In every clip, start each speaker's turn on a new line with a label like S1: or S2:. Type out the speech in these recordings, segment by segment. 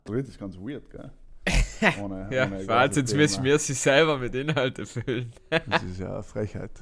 S1: Das ist ganz weird, gell?
S2: Ohne falls jetzt müssen wir sich selber mit Inhalten füllen.
S1: Das ist ja eine Frechheit.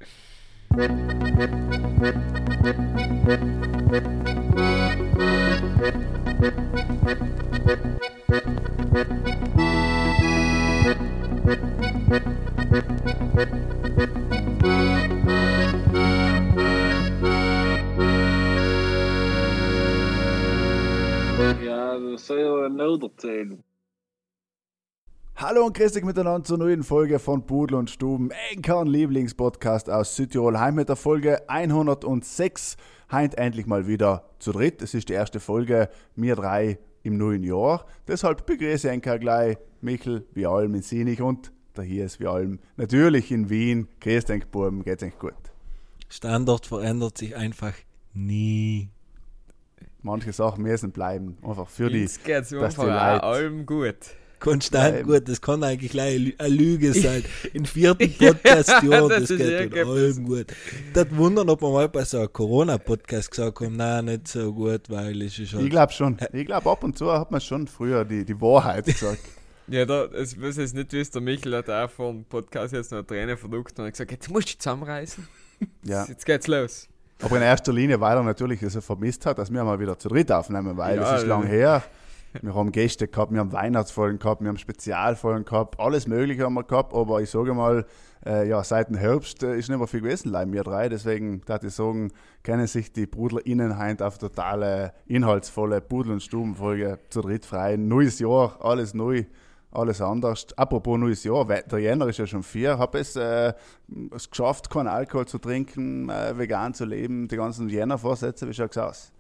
S3: Ja, das soll ja noch erzählen.
S1: Hallo und grüß dich miteinander zur neuen Folge von Pudel und Stuben, ein Lieblingspodcast aus Südtirol. Heim mit der Folge 106. Heint endlich mal wieder zu dritt. Es ist die erste Folge, wir drei im neuen Jahr. Deshalb begrüße ich gleich Michel, wie allem in Sinich und der hier ist wie allem natürlich in Wien. Grüß dich, Buben, geht's euch gut?
S4: Standard verändert sich einfach nie.
S1: Manche Sachen müssen bleiben, einfach für die,
S2: Jetzt geht's
S1: dass die
S2: einfach
S1: Leute...
S2: allem gut.
S4: Konstant gut, das kann eigentlich gleich eine Lüge sein. Im vierten Podcast, ja, das geht mit allem gut. Das wundern, ob wir mal bei so einem Corona-Podcast gesagt haben, nein, nicht so gut, weil es ist halt...
S1: Ich glaube schon. Ich glaube, ab und zu hat man schon früher die Wahrheit gesagt.
S2: Ja, was ihr jetzt nicht wisst, der Michel hat auch vor dem Podcast jetzt noch eine Träne verdruckt und hat gesagt, jetzt musst du dich zusammenreißen.
S1: Ja.
S2: Jetzt geht's los.
S1: Aber in erster Linie, weil er natürlich so vermisst hat, dass wir mal wieder zu dritt aufnehmen, weil
S2: Ja,
S1: es ist lang her. Wir haben Gäste gehabt, wir haben Weihnachtsfolgen gehabt, wir haben Spezialfolgen gehabt, alles Mögliche haben wir gehabt, aber ich sage mal, seit dem Herbst ist nicht mehr viel gewesen, wir drei, deswegen darf ich sagen, können sich die BrudlerInnen heint auf totale, inhaltsvolle Pudel- und Stubenfolge zu dritt freuen. Neues Jahr, alles neu, alles anders. Apropos neues Jahr, der Jänner ist ja schon 4, habe es geschafft, keinen Alkohol zu trinken, vegan zu leben, die ganzen Jänner-Vorsätze, wie schaut's aus?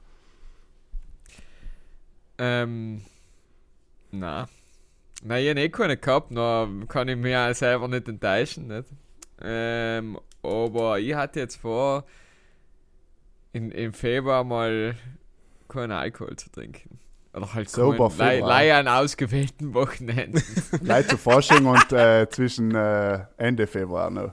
S2: Nein, ich habe keine gehabt, noch kann ich mich auch selber nicht enttäuschen. Nicht? Aber ich hatte jetzt vor, im Februar mal keinen Alkohol zu trinken. Oder halt
S1: Sober
S2: Leihe an ausgewählten Wochenenden.
S1: Gleich zu Fasching und zwischen Ende Februar noch.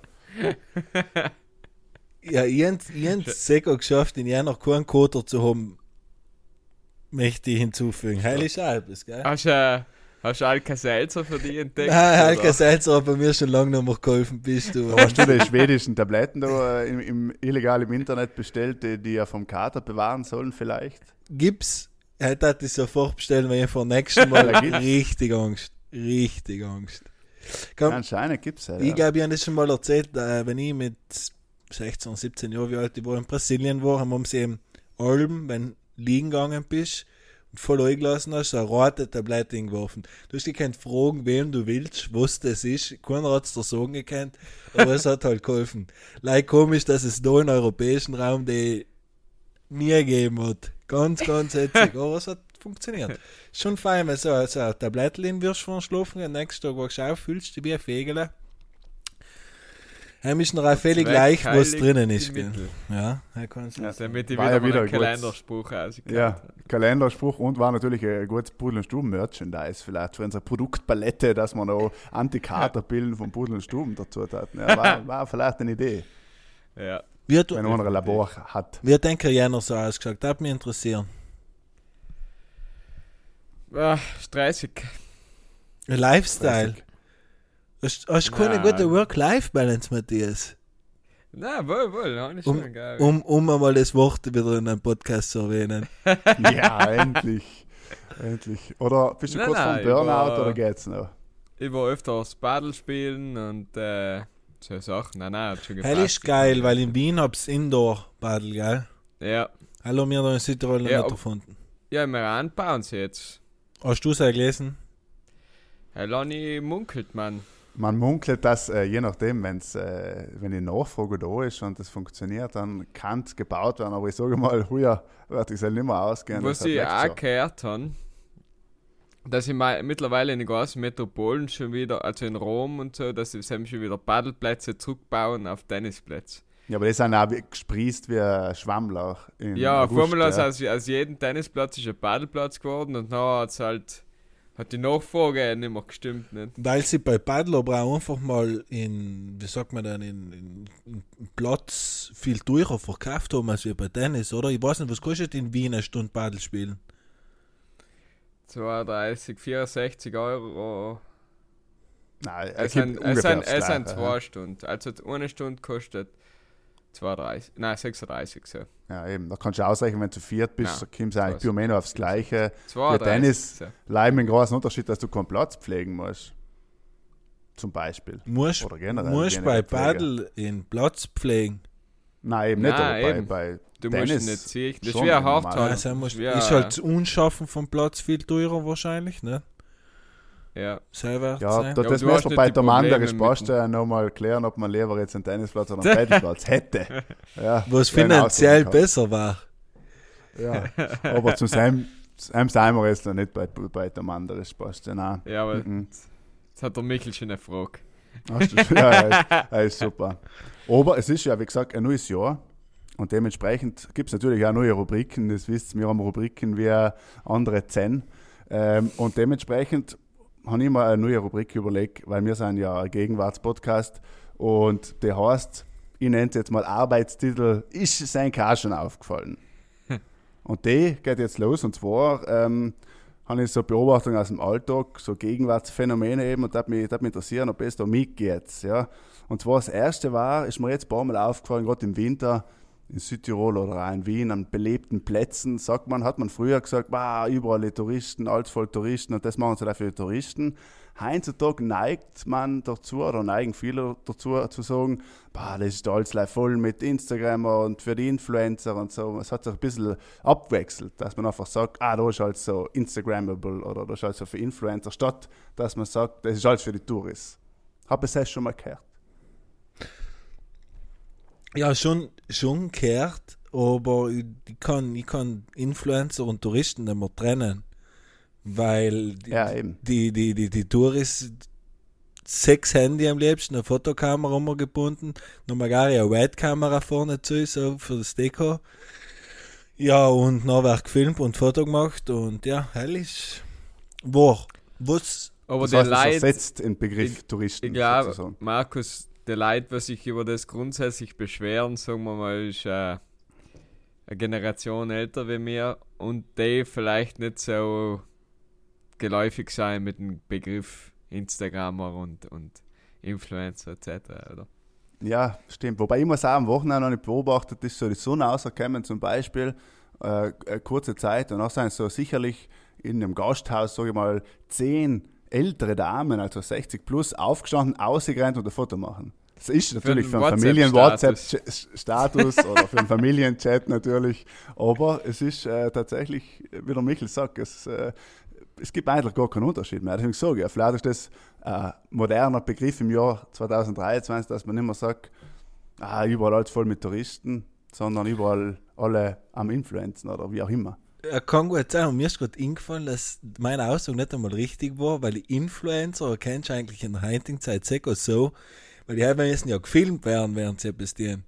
S4: Ja, ich habe es sogar geschafft, in Jänner keinen Koter zu haben, möchte ich hinzufügen. Heilig etwas, gell?
S2: Hast du Alka-Seltzer für dich entdeckt?
S4: Nein, Alka-Seltzer hat bei mir schon lange noch mal geholfen, bist du.
S1: Aber hast du die schwedischen Tabletten da illegal im Internet bestellt, die ja vom Kater bewahren sollen vielleicht?
S4: Gibt's? Heute hat ich sofort bestellen, weil ich vor nächsten Mal richtig Angst.
S1: Anscheinend gibt es ja.
S4: Ich glaube, ich habe das schon mal erzählt, wenn ich mit 16, 17 Jahren, wie alt ich war, in Brasilien war, haben wir uns eben Alben, wenn du liegen gegangen bist und voll eingelassen hast, so eine rote Tablette geworfen. Du hast dich gekannt fragen, wem du willst, was das ist. Keiner hat es dir sagen gekannt, aber es hat halt geholfen. Leicht komisch, dass es da im europäischen Raum die nie gegeben hat. Ganz, ganz ätzig, aber es hat funktioniert. Schon fein, wenn so ein Tablettchen wirst vor dem Schlafen, am nächsten Tag wachst du auf, fühlst dich wie ein Fegele. Heim ist noch auch völlig gleich, was drinnen ist. Ja,
S2: damit ich
S1: war ja
S2: wieder einen
S1: ein
S2: Kalenderspruch rausgekriegt
S1: Ja, Kalenderspruch und war natürlich ein gutes Pudel- und Stuben-Merchandise vielleicht für unsere Produktpalette, dass wir noch Antikaterpillen von Pudel und Stuben dazu hatten. Ja, war vielleicht eine Idee,
S2: Ja.
S1: wenn man ein Labor hat.
S4: Wie denke ich noch so ausgesagt? Das hat mich interessieren.
S2: Stressig.
S4: Lifestyle. Hast du keine gute Work-Life-Balance, Matthias?
S2: Nein, wohl, habe ich schon geil.
S4: Um einmal das Wort wieder in einem Podcast zu erwähnen.
S1: Ja, endlich. Oder bist du kurz vom Burnout oder geht's noch?
S2: Ich war öfters Paddel spielen und so Sachen. Nein, hat schon gepasst.
S4: Hell ist geil, weil in Wien hab's Indoor-Paddel, gell?
S2: Ja.
S4: Hallo, wir da in Südtirol noch nicht gefunden.
S2: Ja, wir anbauen sie jetzt.
S4: Hast du es ja gelesen?
S2: Hey, Lonnie munkelt, man.
S1: Man munkelt, dass je nachdem, wenn die Nachfrage da ist und das funktioniert, dann kann es gebaut werden. Aber ich sage mal, heuer wird ich es nicht mehr ausgehen.
S2: Was ich auch gehört habe, dass ich mittlerweile in den ganzen Metropolen schon wieder, also in Rom und so, dass sie schon wieder Paddelplätze zurückbauen auf Tennisplätze.
S1: Ja, aber die sind auch gesprießt wie ein Schwammlauch.
S2: Ja, vormals aus jedem Tennisplatz ist ein Paddelplatz geworden und dann hat die Nachfrage nicht mehr gestimmt. Nicht?
S4: Weil sie bei Paddel aber auch einfach mal in Platz viel teurer verkauft haben als wir bei Tennis, oder? Ich weiß nicht, was kostet in Wien eine Stunde Paddel spielen?
S2: 32, 64 Euro.
S1: Nein,
S2: Es
S1: gibt
S2: sind
S1: ungefähr das
S2: 2
S1: Gleiche,
S2: Stunden. Also eine Stunde kostet 32, nein 36 so.
S1: ja, eben. Da kannst du ausrechnen, wenn du zu viert bist,
S2: Ja,
S1: so kommst du eigentlich viel mehr aufs Gleiche. Für
S2: 32
S1: Tennis
S2: so.
S1: leider einen großen Unterschied, dass du keinen Platz pflegen musst. Zum Beispiel.
S4: Musst
S1: Oder generell.
S4: musst bei
S1: Pflege.
S4: Paddel in Platz pflegen.
S1: Nein, eben nicht,
S2: Nein,
S1: aber
S2: eben.
S1: bei
S2: Du
S1: Tennis
S2: musst nicht ziehen. Das ist
S1: schon
S2: wie ein
S1: normal.
S2: Harthaar.
S4: Also musst,
S2: Ja.
S4: ist halt das Unschaffen vom Platz viel teurer wahrscheinlich, ne?
S2: Ja.
S4: Selber
S1: Ja,
S4: sein.
S1: da,
S2: Ja,
S1: das
S2: du hast
S1: müssen wir
S2: nicht
S1: bei
S2: die
S1: der Mandar
S2: Probleme mit
S1: passt ja nochmal klären, ob man lieber jetzt einen Tennisplatz oder einen Paddleplatz hätte. Ja,
S4: Was
S1: kleine
S4: finanziell
S1: Ausdruck gehabt.
S4: besser war.
S1: Ja, aber zum Sam sind wir jetzt noch nicht bei der Mandar, das passt ja. Nein.
S2: Ja, aber
S1: Mhm.
S2: jetzt hat der Michel schon eine Frage.
S1: Hast du, ja, er ist super. Aber es ist ja, wie gesagt, ein neues Jahr. Und dementsprechend gibt es natürlich auch neue Rubriken. Das wisst ihr, wir haben Rubriken wie andere 10. Und dementsprechend habe ich mir eine neue Rubrik überlegt, weil wir sind ja ein Gegenwartspodcast. Und der heißt, ich nenne es jetzt mal Arbeitstitel, ist es eigentlich auch schon aufgefallen. Und die geht jetzt los. Und zwar habe ich so Beobachtungen aus dem Alltag, so Gegenwartsphänomene eben. Und das mich interessieren, ob es da mitgeht. Ja. Und zwar das erste war, ist mir jetzt ein paar Mal aufgefallen, gerade im Winter, in Südtirol oder auch in Wien, an belebten Plätzen, hat man früher gesagt, überall die Touristen, alles voll Touristen und das machen sie da für die Touristen. Heutzutage neigt man dazu, oder neigen viele dazu, zu sagen, das ist alles voll mit Instagramer und für die Influencer und so. Es hat sich ein bisschen abwechselt, dass man einfach sagt, da ist alles so Instagrammable oder das ist alles so für Influencer, statt dass man sagt, das ist alles für die Touristen. Habe ich das schon mal gehört?
S4: Ja, schon gehört, aber ich kann Influencer und Touristen nicht mehr trennen. Weil
S1: Ja, eben.
S4: die Touristen 6 Handy am liebsten, eine Fotokamera umgebunden, nochmal gar eine Wide-Kamera vorne zu, so für das Deko. Ja, und dann wird gefilmt und Foto gemacht und ja, herrlich. Was?
S2: Aber
S1: Das
S2: der
S1: heißt, das
S2: Leid,
S1: ersetzt den Begriff Touristen
S2: ich glaube,
S1: sozusagen.
S2: Markus, der Leid, was sich über das grundsätzlich beschweren, sagen wir mal, ist eine Generation älter wie mir und die vielleicht nicht so geläufig sein mit dem Begriff Instagramer und Influencer etc. Oder?
S1: Ja, stimmt. Wobei ich muss auch am Wochenende noch nicht beobachtet, ist so die Sonne rausgekommen zum Beispiel, eine kurze Zeit, und auch sind so sicherlich in einem Gasthaus, sage ich mal, 10 ältere Damen, also 60 plus, aufgestanden, ausgerannt und ein Foto machen. Das ist natürlich für einen Familien-WhatsApp-Status oder für einen Familienchat natürlich, aber es ist tatsächlich, wie der Michel sagt, es gibt eigentlich gar keinen Unterschied mehr. Deswegen sage ich, ja, vielleicht ist das ein moderner Begriff im Jahr 2023, dass man nicht mehr sagt, überall alles voll mit Touristen, sondern überall alle am Influenzen oder wie auch immer.
S4: Kann gut sein, und mir ist gerade eingefallen, dass meine Aussage nicht einmal richtig war, weil die Influencer erkennst du eigentlich in der heutigen Zeit sehr so, weil die haben müssen ja gefilmt werden, während sie etwas tun.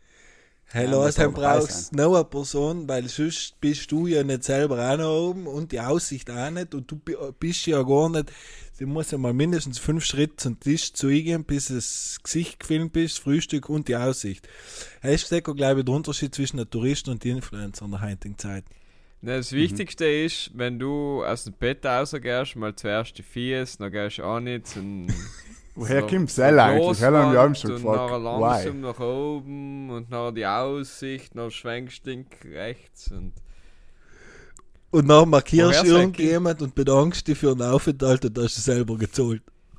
S4: Dann brauchst du noch eine Person, weil sonst bist du ja nicht selber auch noch oben und die Aussicht auch nicht und du bist ja gar nicht, du musst ja mal mindestens 5 Schritte zum Tisch zugehen, bis das Gesicht gefilmt ist, das Frühstück und die Aussicht. Das ist, glaube ich, der Unterschied zwischen den Touristen und den Influencern in der heutigen Zeit.
S2: Das Wichtigste ist, wenn du aus dem Bett rausgehst, mal zuerst die Fies, dann gehst du auch nicht und
S1: Woher
S2: so
S1: kommt es eigentlich? Das haben wir auch schon
S2: und
S1: gefragt.
S2: nachher langsam nach oben und nachher die Aussicht, dann schwenkst du rechts und
S4: Und dann markierst du
S2: Woher
S4: irgendjemand und bedankst dich für einen Aufenthalt und hast du selber gezahlt.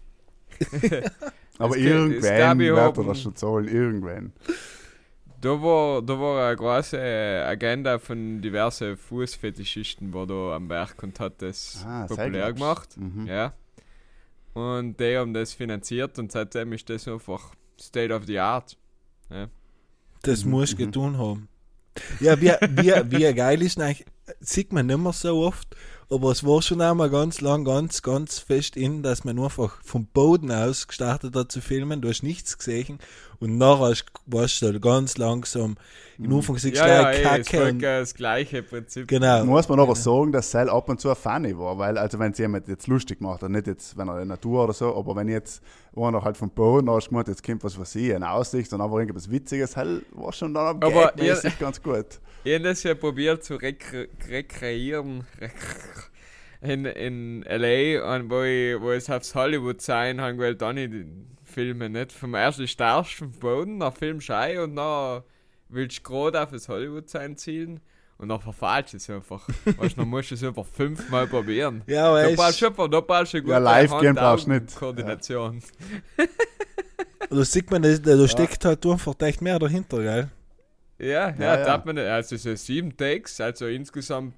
S1: Aber
S2: Es
S1: irgendwann
S2: gab ich
S1: wird er
S2: oben-
S1: das schon zahlen, irgendwann.
S2: da war eine große Agenda von diversen Fußfetischisten, war da am Werk und hat das
S1: Sehr
S2: populär
S1: gut.
S2: gemacht.
S1: Mhm.
S2: Ja. Und die haben das finanziert und seitdem ist das einfach State of the Art. Ja.
S4: Das
S1: Mhm,
S4: musst du
S1: mhm.
S4: getan haben. Ja, wie geil ist eigentlich, sieht man nicht mehr so oft, aber es war schon einmal ganz lang, ganz fest in, dass man nur einfach vom Boden aus gestartet hat zu filmen, du hast nichts gesehen und nachher warst du ganz langsam, in Anfang siehst du gleich
S2: ist
S4: Kacke und,
S2: das gleiche Prinzip.
S4: genau.
S1: Muss man aber sagen, dass Seil ab und zu funny war, weil, also wenn es jemand jetzt lustig macht, und nicht jetzt, wenn er in der Natur oder so, aber wenn jetzt einer halt vom Boden hast gemacht, jetzt kommt was für eine Aussicht und aber irgendwas Witziges, halt war schon dann am
S2: Aber
S1: Gag-mäßig ganz gut.
S2: Ich habe das ja probiert zu rekreieren. in L.A. und wo es aufs Hollywood sein haben wollte, dann die Filme nicht. Vom ersten starrst du vom Boden, dann filmst du ein und dann willst du gerade auf das Hollywood sein zielen und dann verfallst du es einfach. Weißt du, dann musst du es einfach 5-mal probieren.
S4: Ja, aber
S2: Da brauchst du eine gute
S1: Live-Game brauchst du nicht.
S2: Koordination.
S4: da sieht man, da steckt halt einfach echt mehr dahinter, gell?
S2: Ja,
S1: Ja.
S2: da hat man nicht. Also so 7 Takes, also insgesamt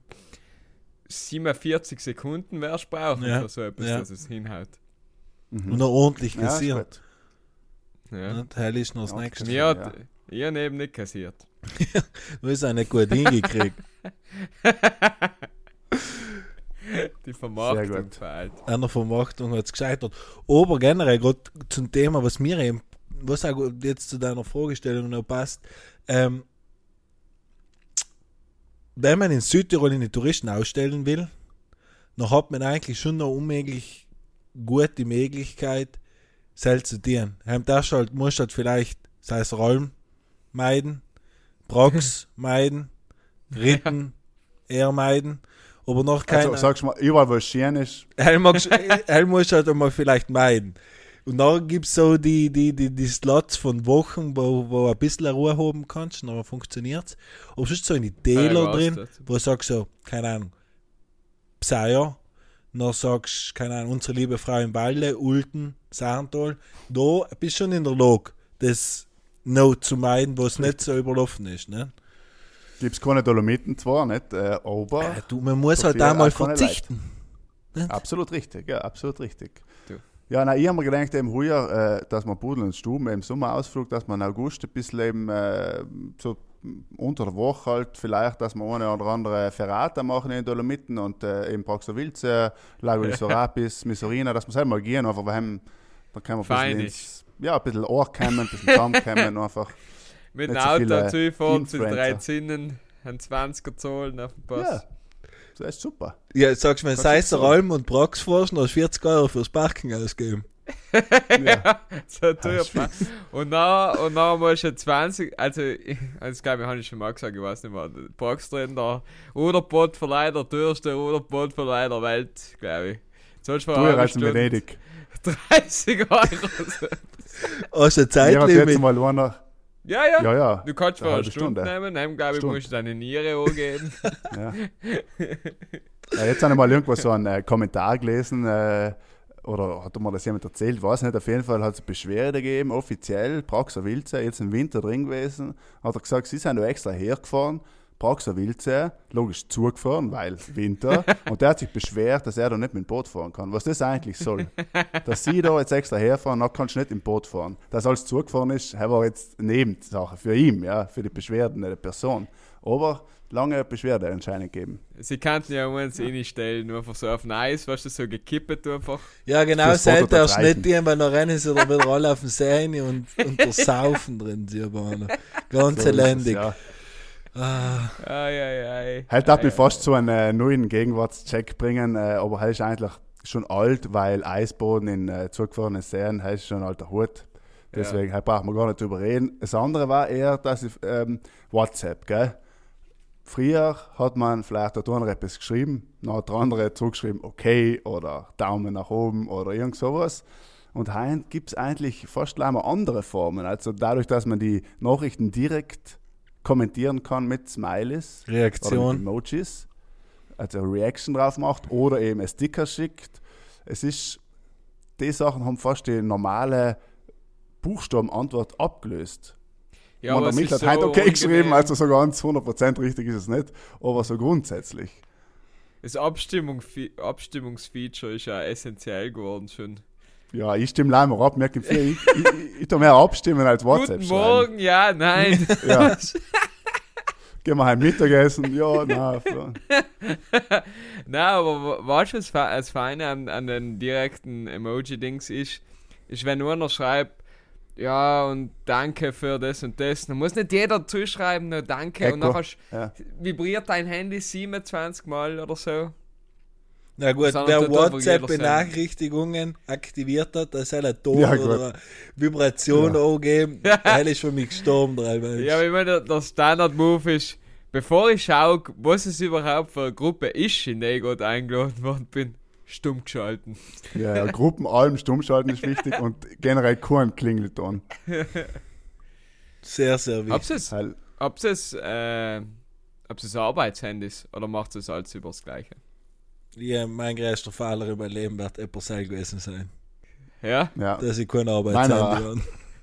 S2: 47 Sekunden wärst du brauchen für so etwas, dass es hinhaut.
S4: Und noch ordentlich
S1: Ja, ist
S4: kassiert.
S1: gut.
S2: Ja.
S4: Und hell ist noch das
S1: Ja,
S4: nächste.
S1: okay.
S2: Mir ich habe eben nicht kassiert.
S4: Du hast auch nicht gut hingekriegt.
S2: Die
S1: Sehr
S2: Vermarktung
S1: gut.
S2: verhält.
S4: An der Vermarktung hat es gescheitert. Aber generell, gerade zum Thema, was mir eben, was auch jetzt zu deiner Fragestellung noch passt, wenn man in Südtirol in die Touristen ausstellen will, dann hat man eigentlich schon noch unmöglich gute Möglichkeit, selbst zu tun. Musst halt vielleicht, sei es Ralm meiden, Brox meiden, Ritten eher meiden, aber noch keine.
S1: Also sagst du mal, überall wo es schön ist,
S4: Hell musst du halt einmal vielleicht meiden. Und dann gibt es so die Slots von Wochen, wo ein bisschen Ruhe haben kannst, dann funktioniert es. Aber sonst so in die Täler drin, wo du sagst so, keine Ahnung, Pseier, dann sagst keine Ahnung, unsere liebe Frau im Walde, Ulten, Sarntal, da bist du schon in der Lage, das noch zu meiden, wo es nicht so überlaufen ist. Ne?
S1: gibt es keine Dolomiten zwar, nicht, aber
S4: Man muss halt
S1: dafür
S4: auch mal
S1: auch keine
S4: verzichten.
S1: absolut richtig, ja, absolut richtig.
S2: Du.
S1: Ja, nein, ich habe mir gedacht, eben heuer, dass man Pudel und Stuben im Sommerausflug, dass man im August ein bisschen eben so unter der Woche halt vielleicht, dass wir eine oder andere Ferrata machen in den Dolomiten und eben Praxavilze, Lago di Sorapis, Misurina, dass wir selber mal gehen, einfach, weil dann können wir ein bisschen ein bisschen Ohr kämmen, ein bisschen Kamm kämmen, einfach.
S2: Mit dem
S1: Nicht so
S2: Auto
S1: viele
S2: zufahren zu
S1: Influencer.
S2: 3 Zinnen, einen 20er zahlen auf dem Pass.
S1: Ja, das ist super.
S4: Ja, sagst du, wenn
S1: Das
S4: sei
S1: ist
S4: es der
S1: so.
S4: Alm und Brax fährst, dann hast du 40 Euro fürs Parking ausgeben.
S1: Ja.
S2: So teuer. Und dann musst du 20, also glaube ich, habe ich schon mal gesagt, ich weiß nicht mehr, der Praxtrainer, der Ruderbordverleih der teuerste Ruderbordverleih der Welt, glaube ich. Zahlst für
S1: Teuer
S2: eine
S1: als in
S2: Stunde
S1: Venedig.
S2: 30 Euro.
S4: Also
S1: Ja, jetzt
S4: Zeitlimit.
S1: mal einer.
S2: Ja.
S1: Ja.
S2: Du kannst für
S1: Eine
S2: eine
S1: halbe
S2: Stunde
S1: Stunde.
S2: nehmen, dann glaube ich,
S1: Stunde.
S2: musst du deine Niere angeben.
S1: Ja. Ja, jetzt habe ich mal irgendwo so einen Kommentar gelesen, oder hat mir das jemand erzählt, weiß nicht, auf jeden Fall hat es Beschwerde gegeben, offiziell, Praxavilze, jetzt im Winter drin gewesen, hat er gesagt, sie sind da extra hergefahren, Praxavilze, logisch zugefahren, weil Winter, und der hat sich beschwert, dass er da nicht mit dem Boot fahren kann. Was das eigentlich soll, dass sie da jetzt extra herfahren, dann kannst du nicht im Boot fahren. Dass alles zugefahren ist, war jetzt eine Nebensache für ihn, ja, für die Beschwerden der Person. Aber lange Beschwerde anscheinend geben.
S2: Sie könnten ja uns reinstellen, nur einfach so auf ein Eis, weißt du, so gekippt einfach.
S4: Ja, genau,
S1: Fürs Foto
S4: sollte erst
S1: vertreiben.
S4: nicht gehen, weil dann rennen sie da wieder alle auf den See rein und der Saufen drin, sie waren. Ganz
S1: So ist es,
S4: elendig.
S1: ja.
S2: Ei.
S1: Halt hat mich fast zu einem neuen Gegenwartscheck bringen, aber er ist eigentlich schon alt, weil Eisboden in zugefahrenen Seen, er ist schon ein alter Hut. Deswegen halt braucht man gar nicht drüber reden. Das andere war eher, dass ich WhatsApp, gell? Früher hat man vielleicht da drunter etwas geschrieben, dann hat der andere zurückgeschrieben, okay, oder Daumen nach oben oder irgend sowas. Und heute gibt es eigentlich fast gleich mal andere Formen. Also dadurch, dass man die Nachrichten direkt kommentieren kann mit Smileys oder mit
S4: Reaktion.
S1: Emojis, also eine Reaction drauf macht oder eben ein Sticker schickt. Es ist, die Sachen haben fast die normale Buchstabenantwort abgelöst.
S2: Ja,
S1: Man
S2: aber
S1: hat
S2: es
S1: mich
S2: ist
S1: hat heute
S2: so
S1: okay geschrieben,
S2: unangenehm.
S1: also so ganz 100% richtig ist es nicht, aber so grundsätzlich.
S2: Das Abstimmungsfeature ist ja essentiell geworden schon.
S1: Ja, ich stimme leider mal ab, merke ich tue mehr abstimmen als WhatsApp
S2: Guten
S1: schreiben.
S2: Morgen, ja, nein.
S1: Ja. Gehen wir heim Mittagessen, ja, nein.
S2: Nein, aber weißt du, was das Feine an den direkten Emoji-Dings ist, wenn nur einer schreibt, ja, und danke für das und das. Dann muss nicht jeder zuschreiben, nur danke. Und dann vibriert dein Handy 27 Mal oder so.
S4: Na gut,
S2: Das
S4: wer
S2: hat jeder
S4: WhatsApp-Benachrichtigungen aktiviert hat, das soll ein Ton
S1: Ja, gut.
S4: oder eine Vibration angeben. Der ist für mich gestorben, teilweise.
S2: Ja, aber ich meine, der Standard-Move ist, bevor ich schaue, was es überhaupt für eine Gruppe ist, in der ich gerade eingeladen worden bin, stumm geschalten.
S1: Ja, Gruppen allem stumm schalten ist wichtig und generell kein Klingelton.
S4: Sehr, sehr wichtig.
S2: Ob es Arbeitshandys oder macht es alles übers Gleiche?
S4: Ja, mein größter Fehler in meinem Leben wird jemand sein gewesen sein.
S2: Ja?
S1: Ja.
S4: Dass ich keine Arbeitshandy habe.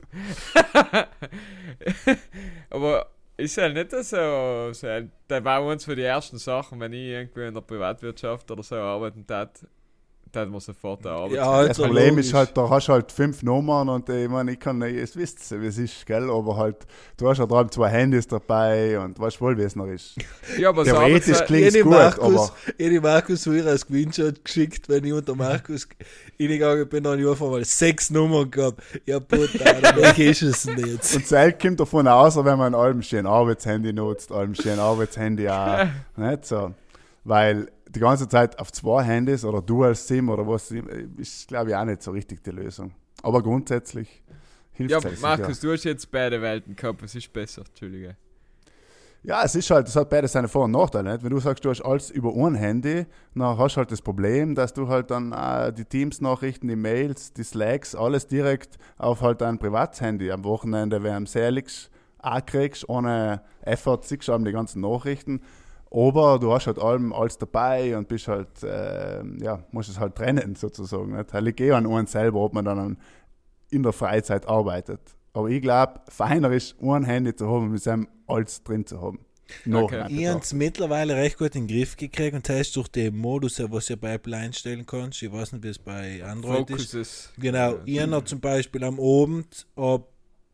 S2: Aber ist ja nicht so, da war uns für die ersten Sachen, wenn ich irgendwie in der Privatwirtschaft oder so arbeiten tat man sofort eine Arbeit.
S4: Ja,
S1: Das Problem ist halt, da hast du halt 5 Nummern und ich meine, ihr wisst wie es ist, gell, aber halt, du hast ja halt 2 Handys dabei und weißt wohl, wie es noch ist.
S2: Ja, aber
S1: theoretisch
S2: so
S1: klingt es gut, aber...
S4: Ich habe Markus früher ein Screenshot geschickt, wenn ich unter Markus reingegangen bin, dann habe ich einfach mal 6 Nummern gehabt. Ja, brutal, welche ist es denn jetzt?
S1: Und selten kommt davon aus, wenn man allem schön Arbeitshandy nutzt, allem schön Arbeitshandy auch, nicht so, weil die ganze Zeit auf 2 Handys oder Dual-SIM oder was ist, glaube ich, auch nicht so richtig die Lösung. Aber grundsätzlich hilft es.
S2: Ja, Markus, du hast jetzt beide Welten gehabt, was ist besser? Entschuldige.
S1: Ja, es ist halt, das hat beides seine Vor- und Nachteile. Nicht? Wenn du sagst, du hast alles über ein Handy, dann hast du halt das Problem, dass du halt dann die Teams-Nachrichten, die Mails, die Slacks, alles direkt auf halt dein Privathandy am Wochenende während Selix auch kriegst, ohne Effort, siehst du die ganzen Nachrichten. Aber du hast halt alles dabei und bist halt, musst es halt trennen sozusagen. Nicht? Halt, ich gehe an einen selber, ob man dann in der Freizeit arbeitet. Aber ich glaube, feiner ist, ein Handy zu haben und mit seinem alles drin zu haben.
S2: Okay.
S4: Ich habe es mittlerweile recht gut in den Griff gekriegt und das heißt durch den Modus, was du bei Apple einstellen kannst. Ich weiß nicht, wie es bei Android ist. Genau, ich habe zum Beispiel am Abend ab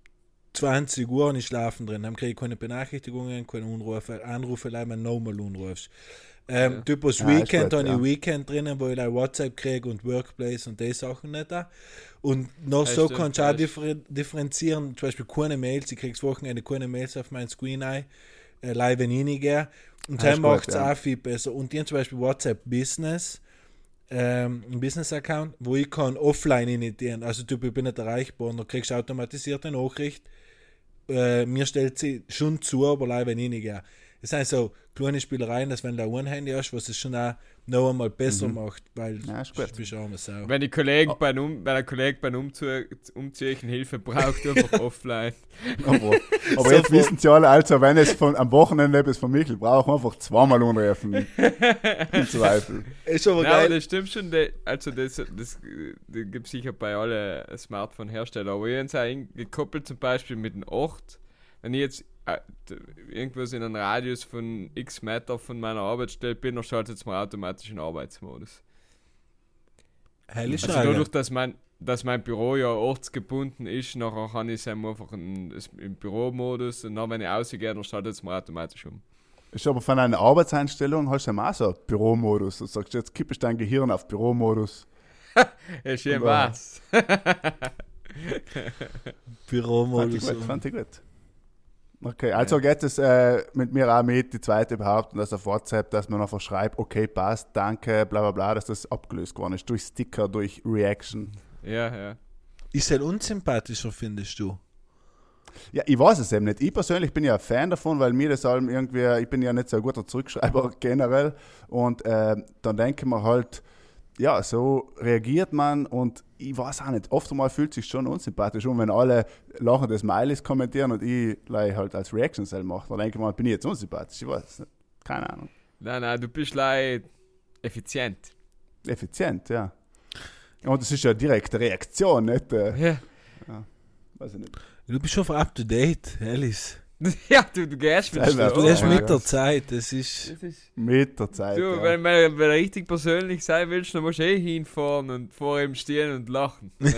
S4: 20 Uhr und ich schlafen drin. Dann kriege ich keine Benachrichtigungen, keine Anrufe, wenn du normal anrufst. Typus Weekend habe ich Weekend drinnen, wo ich like WhatsApp kriege und Workplace und die Sachen nicht da. Und noch so kannst du auch differenzieren, zum Beispiel keine Mails, ich kriege das Wochenende keine Mails auf mein Screen ein, live wenn ich nicht gehe. Und dann macht es auch viel besser. Und die haben zum Beispiel WhatsApp Business, ein Business-Account, wo ich kann offline initiieren. Also ich bin nicht erreichbar und dann kriegst du automatisierte Nachricht. Mir stellt sie schon zu, aber leider weniger. Das sind so kleine Spielereien, dass wenn du ein Handy hast, was es schon auch noch einmal besser macht, weil
S1: du
S2: bist arme Sau. Wenn ein Kollege beim Umziehen Hilfe braucht, einfach offline.
S1: aber jetzt wissen sie alle, also wenn es am Wochenende etwas von Michel braucht, einfach 2-mal anrufen. Im Zweifel.
S4: Ist aber geil.
S2: Das stimmt schon, das gibt es sicher bei allen Smartphone-Herstellern, aber ich habe es auch gekoppelt zum Beispiel mit dem 8. Wenn ich jetzt irgendwas in einem Radius von x Meter von meiner Arbeitsstelle bin, dann schaltet es mir automatisch in Arbeitsmodus.
S4: Also
S2: dadurch, dass mein Büro ja ortsgebunden ist, nachher kann ich es einfach im Büromodus und dann, wenn ich rausgehe, dann schaltet es mir automatisch um.
S1: Ist aber von einer Arbeitseinstellung hast du ja auch so Büromodus. Du sagst, jetzt kippst dein Gehirn auf Büromodus.
S2: Ja, schön was.
S4: Büromodus.
S1: Fand ich gut. Okay, also geht es mit mir auch mit, die zweite Behauptung, dass auf WhatsApp, dass man einfach schreibt, okay, passt, danke, bla bla bla, dass das abgelöst worden ist, durch Sticker, durch Reaction.
S2: Ja.
S4: Ist halt unsympathischer, findest du?
S1: Ja, ich weiß es eben nicht. Ich persönlich bin ja ein Fan davon, weil mir das allem irgendwie, ich bin ja nicht so ein guter Zurückschreiber generell und dann denke ich mir halt, ja, so reagiert man und ich weiß auch nicht, oft einmal fühlt es sich schon unsympathisch an, wenn alle lachende Smileys kommentieren und ich halt als Reaction-Cell mache. Dann denke ich mal, bin ich jetzt unsympathisch? Ich weiß es nicht. Keine Ahnung.
S2: Nein, du bist effizient.
S1: Effizient, ja. Und das ist ja direkte Reaktion, nicht?
S2: Ja.
S1: Weiß ich nicht.
S4: Du bist schon up to date, Alice.
S2: Ja, du gehst mit
S4: der Zeit, das ist...
S1: Mit der Zeit,
S2: du,
S1: ja.
S2: wenn du richtig persönlich sein willst, dann musst du hinfahren und vor ihm stehen und lachen.
S4: Und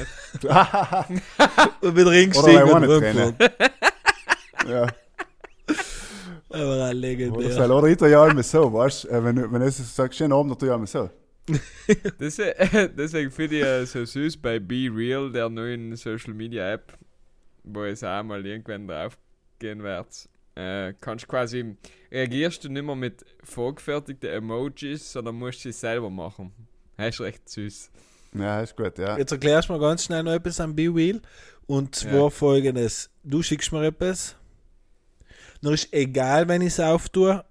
S4: mit Ring stehen und rumfahren.
S1: Ja.
S4: Aber ein legendär.
S1: Oder ich ja immer so, weißt du? Wenn du sagst, schönen Abend, dann tue ich immer so.
S2: Deswegen finde ich so süß bei Be Real, der neuen Social Media App, wo es auch mal irgendwann drauf gehen wird. Kannst quasi, reagierst du nicht mehr mit vorgefertigten Emojis, sondern musst sie selber machen. Das ist recht süß.
S1: Ja, ist gut, ja.
S4: Jetzt erklärst du mir ganz schnell noch etwas am BeReal. Und zwar folgendes. Du schickst mir etwas, Dann ist egal, wenn ich es auftue,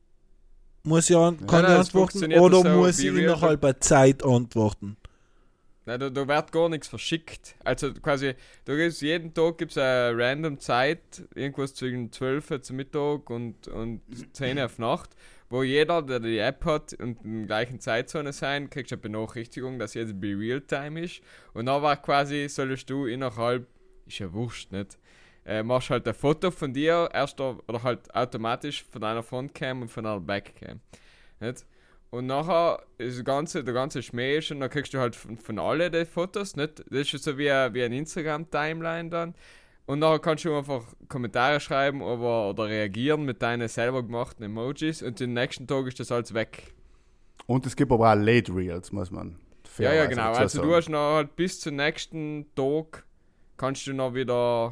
S4: kann ich
S2: das
S4: antworten
S2: funktioniert
S4: oder
S2: so
S4: muss
S2: wie
S4: ich
S2: Real
S4: innerhalb einer Zeit antworten?
S2: Nein, da wird gar nichts verschickt. Also quasi, jeden Tag gibt es eine random Zeit, irgendwas zwischen 12 Uhr zum Mittag und 10 Uhr auf Nacht, wo jeder, der die App hat und in der gleichen Zeitzone sein, kriegst du eine Benachrichtigung, dass jetzt bei Realtime ist. Und dann war quasi, solltest du innerhalb, ist ja wurscht, nicht? Machst halt ein Foto von dir, oder halt automatisch von deiner Frontcam und von deiner Backcam. Nicht? Und nachher ist der ganze Schmäh ist und dann kriegst du halt von alle die Fotos, nicht? Das ist so wie ein Instagram-Timeline dann. Und nachher kannst du einfach Kommentare schreiben oder reagieren mit deinen selber gemachten Emojis und den nächsten Tag ist das alles weg.
S1: Und es gibt aber auch Late Reels, muss man
S2: Ja, genau.
S1: dazu
S2: Also
S1: sagen.
S2: du hast noch halt bis zum nächsten Tag kannst du noch wieder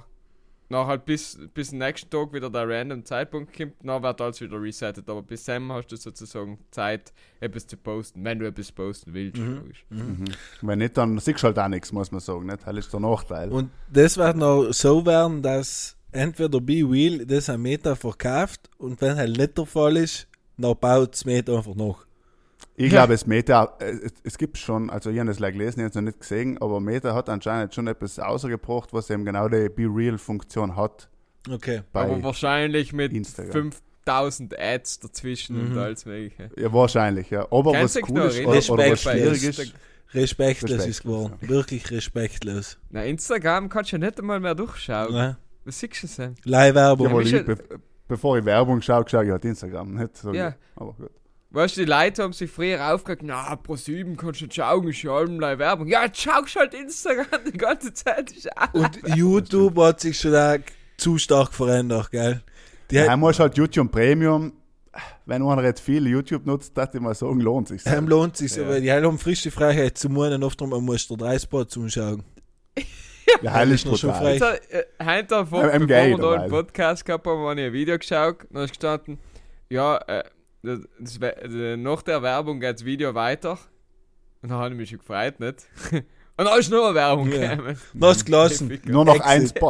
S2: bis zum nächsten Tag wieder der random Zeitpunkt kommt, dann wird alles wieder resettet. Aber bis dann hast du sozusagen Zeit, etwas zu posten, wenn du etwas posten willst. Logisch.
S1: Wenn nicht, dann siehst du halt auch nichts, muss man sagen. Nicht? Das ist der Nachteil.
S4: Und das wird noch so werden, dass entweder BeReal das an Meta verkauft und wenn halt nicht der Fall ist, dann baut es Meta einfach noch.
S1: Ich glaube, es gibt schon, also ich habe das gelesen, ich habe es noch nicht gesehen, aber Meta hat anscheinend schon etwas rausgebracht, was eben genau die BeReal-Funktion hat.
S4: Okay.
S2: Aber wahrscheinlich mit
S1: Instagram.
S2: 5000 Ads dazwischen und alles mögliche.
S1: Ja, wahrscheinlich, ja. Aber
S2: Kannst
S1: was
S2: du
S1: cool ist,
S2: ignorieren?
S1: oder was
S4: Respekt,
S1: schwierig
S2: ist-
S1: ist,
S4: Respektlos ist
S1: Respektlos,
S4: geworden. Wirklich respektlos.
S2: Na, Instagram kannst du ja nicht einmal mehr durchschauen.
S4: Ja.
S2: Was siehst du denn?
S4: Leihwerbung.
S1: ja, weil
S2: Ja,
S1: ich, bevor ich Werbung schaue ich halt Instagram. Nicht so
S2: Ja.
S1: Aber gut.
S2: Weißt du, die Leute haben sich früher aufgeregt, na, Pro7 kannst du nicht schauen, ist ja allerlei Werbung. Ja, jetzt schaust du halt Instagram die ganze Zeit. Ist auch
S4: Und YouTube hat sich schon auch zu stark verändert, gell? Die
S1: Ja, einmal ist halt YouTube Premium. Wenn einer jetzt viel YouTube nutzt, darf ich mal sagen, lohnt sich.
S4: lohnt sich,
S2: Ja.
S4: aber die haben frische Freiheit zu meinen, oft man muss der 3 Spot zuschauen.
S1: Ja, heil ist
S4: noch schon
S1: brutal.
S4: frei.
S2: Heute, bevor
S1: Am
S2: wir
S1: Gate
S2: da
S1: dabei.
S2: einen Podcast gehabt haben, habe ich ein Video geschaut und da ist gestanden, ja, nach der Werbung geht das Video weiter. Und dann habe ich mich schon gefreut, nicht? Und dann ist noch eine Werbung
S4: Ja.
S2: gekommen.
S4: Was gelassen?
S1: Nur noch
S4: Exit.
S1: ein Spot.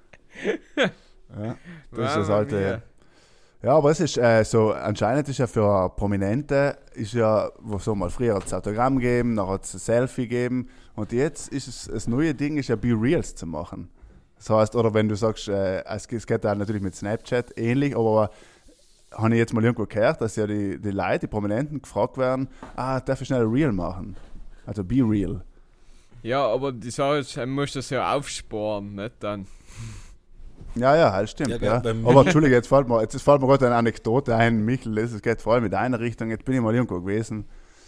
S1: Ja, das ist das
S2: Mamma
S1: alte.
S2: mia.
S1: Ja, aber es ist so, anscheinend ist ja für Prominente, ist ja, wo so mal früher hat es Autogramm gegeben, dann hat es ein Selfie gegeben und jetzt ist es, das neue Ding ist ja BeReals zu machen. Das heißt, oder wenn du sagst, es geht auch natürlich mit Snapchat ähnlich, aber habe ich jetzt mal irgendwo gehört, dass ja die Leute, die Prominenten gefragt werden, darf ich schnell ein Reel machen? Also BeReal.
S2: Ja, aber die Sache ist, man muss das ja aufsparen, nicht dann.
S1: Ja, halt stimmt.
S4: Ja,
S1: Ja,
S4: gell, beim-
S1: Aber Entschuldige, jetzt fällt mir gerade eine Anekdote ein, Michel, es geht vor allem in eine Richtung. Jetzt bin ich mal irgendwo gewesen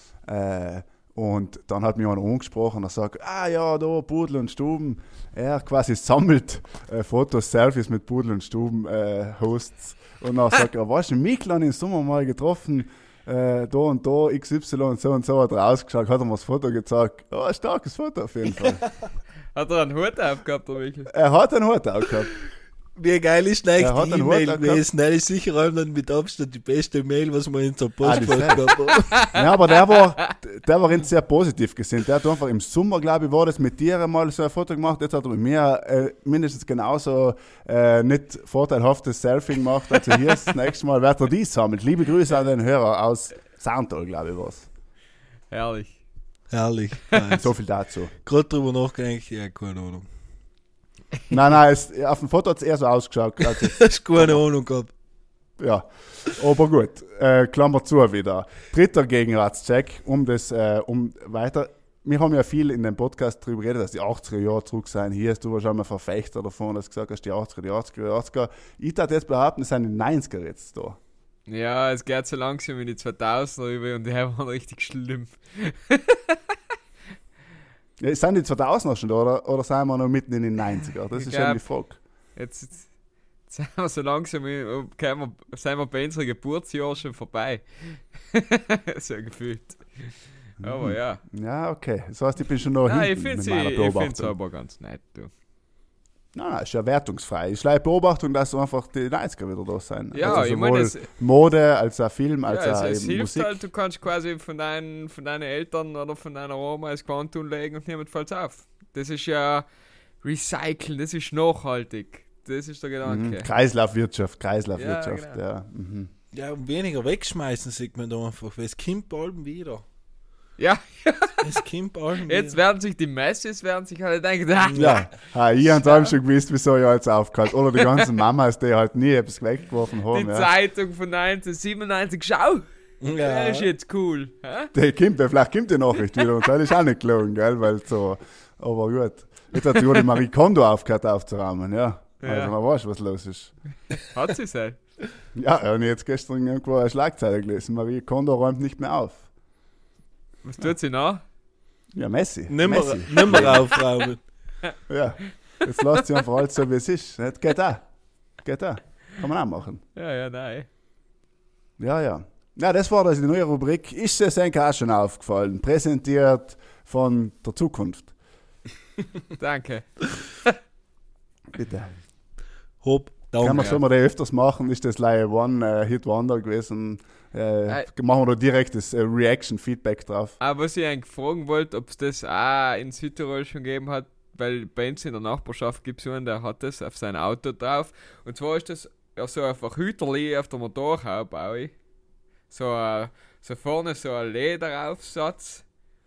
S1: und dann hat mich einer angesprochen und er sagt, ja, da Pudel und Stuben. Er quasi sammelt Fotos, Selfies mit Pudel und Stuben Hosts. Und dann sagt er, weißt du, Michel habe ich im Sommer mal getroffen, da und da, XY und so hat er ausgeschaut, hat er mir das Foto gezeigt. Ja, ein starkes Foto auf jeden Fall.
S2: Hat er einen Hut aufgehabt, der Michael?
S1: Er hat einen Hut auch gehabt.
S4: Wie geil ist eigentlich
S1: Er hat
S4: die
S1: einen
S4: E-Mail
S1: Hut
S4: gewesen? Das ist sicher einmal mit Abstand die beste Mail, was wir in der Post
S1: die
S4: gehabt haben.
S1: Ja, aber der war sehr positiv gesinnt. Der hat einfach im Sommer, glaube ich, war das mit dir mal so ein Foto gemacht. Jetzt hat er mit mir mindestens genauso nicht vorteilhaftes Selfie gemacht. Also hier ist das nächste Mal, wird er dies sammelt. Liebe Grüße an den Hörer aus Soundtal, glaube ich, war's.
S2: Herrlich.
S4: Herrlich.
S1: So viel dazu.
S4: Gerade drüber nachgedacht, ja, keine Ahnung.
S1: Nein, auf dem Foto hat es eher so ausgeschaut. Also,
S4: Hast keine Ahnung gehabt.
S1: ja, aber gut. Klammer zu wieder. Dritter Gegenwartscheck, um weiter. Wir haben ja viel in dem Podcast darüber geredet, dass die 80er Jahre zurück sein. Hier hast du wahrscheinlich ein Verfechter davon, dass du gesagt hast, die 80er. Ich darf jetzt behaupten, es sind die 90er jetzt da.
S2: Ja, es geht so langsam in die 2000er über und die waren richtig schlimm.
S1: Ja, sind die 2000er schon da oder sind wir noch mitten in den 90er? Das ist
S2: glaub-
S1: eben die Frage.
S2: Jetzt sind wir so langsam, sind wir bei unserem Geburtsjahr schon vorbei. So gefühlt. Aber ja.
S1: Ja, okay. Das heißt, ich bin schon noch
S2: Nein, ich
S1: hinten
S2: finde
S1: mit meiner
S2: es
S1: Beobachtung.
S2: aber ganz nett, du.
S1: Nein, ist ja wertungsfrei. Ist eine Beobachtung, dass einfach die 90er wieder da sind.
S2: Ja,
S1: also
S2: ich meine,
S1: sowohl Mode als auch Film, als
S2: ja,
S1: auch
S2: es
S1: eben
S2: hilft
S1: Musik.
S2: halt, du kannst quasi von deinen Eltern oder von deiner Oma das Quantum legen und niemand fällt auf. Das ist ja Recyceln, das ist nachhaltig. Das ist der Gedanke.
S1: Kreislaufwirtschaft, ja.
S2: genau.
S1: Mhm.
S4: Ja, und weniger wegschmeißen, sieht man da einfach, weil es kommt bald wieder.
S2: Ja,
S4: Es kommt bald wieder.
S2: jetzt werden sich die Messis alle denken,
S1: Ja, ich habe schon gewusst, wieso ich jetzt aufgehört. Oder die ganzen Mamas, die halt nie etwas weggeworfen haben.
S2: die
S1: Ja.
S2: Zeitung von 1997, schau,
S4: Ja.
S2: das ist jetzt cool. Hä?
S1: Vielleicht kommt die Nachricht wieder und das ist auch nicht gelogen, gell, weil so, aber gut. Jetzt hat sogar die Marie Kondo aufgehört aufzuräumen, ja. Also
S2: Ja.
S1: man weiß, was los ist.
S2: Hat sie sein.
S1: Ja, und jetzt gestern irgendwo eine Schlagzeile gelesen, Marie Kondo räumt nicht mehr auf.
S2: Was tut sie noch?
S1: Ja, Messi.
S4: Nimmer aufräumen.
S1: Ja, jetzt lasst sie einfach alles so, wie es ist. Das geht auch. Kann man auch machen.
S2: Ja, nein.
S1: Ja. Ja, das war die neue Rubrik. Ist es eigentlich auch schon aufgefallen? Präsentiert von der Zukunft.
S2: Danke.
S1: Bitte.
S4: Hopp,
S1: Kann man
S4: danke.
S1: so mal öfters machen? Ist das like One-Hit-Wonder gewesen? Machen wir da direkt das Reaction-Feedback drauf.
S2: Aber was ich eigentlich fragen wollte, ob es das auch in Südtirol schon gegeben hat, weil bei uns in der Nachbarschaft gibt es jemanden, der hat das auf sein Auto drauf. Und zwar ist das ja so ein Verhüterli auf der Motorhaube auch. So vorne so ein Lederaufsatz,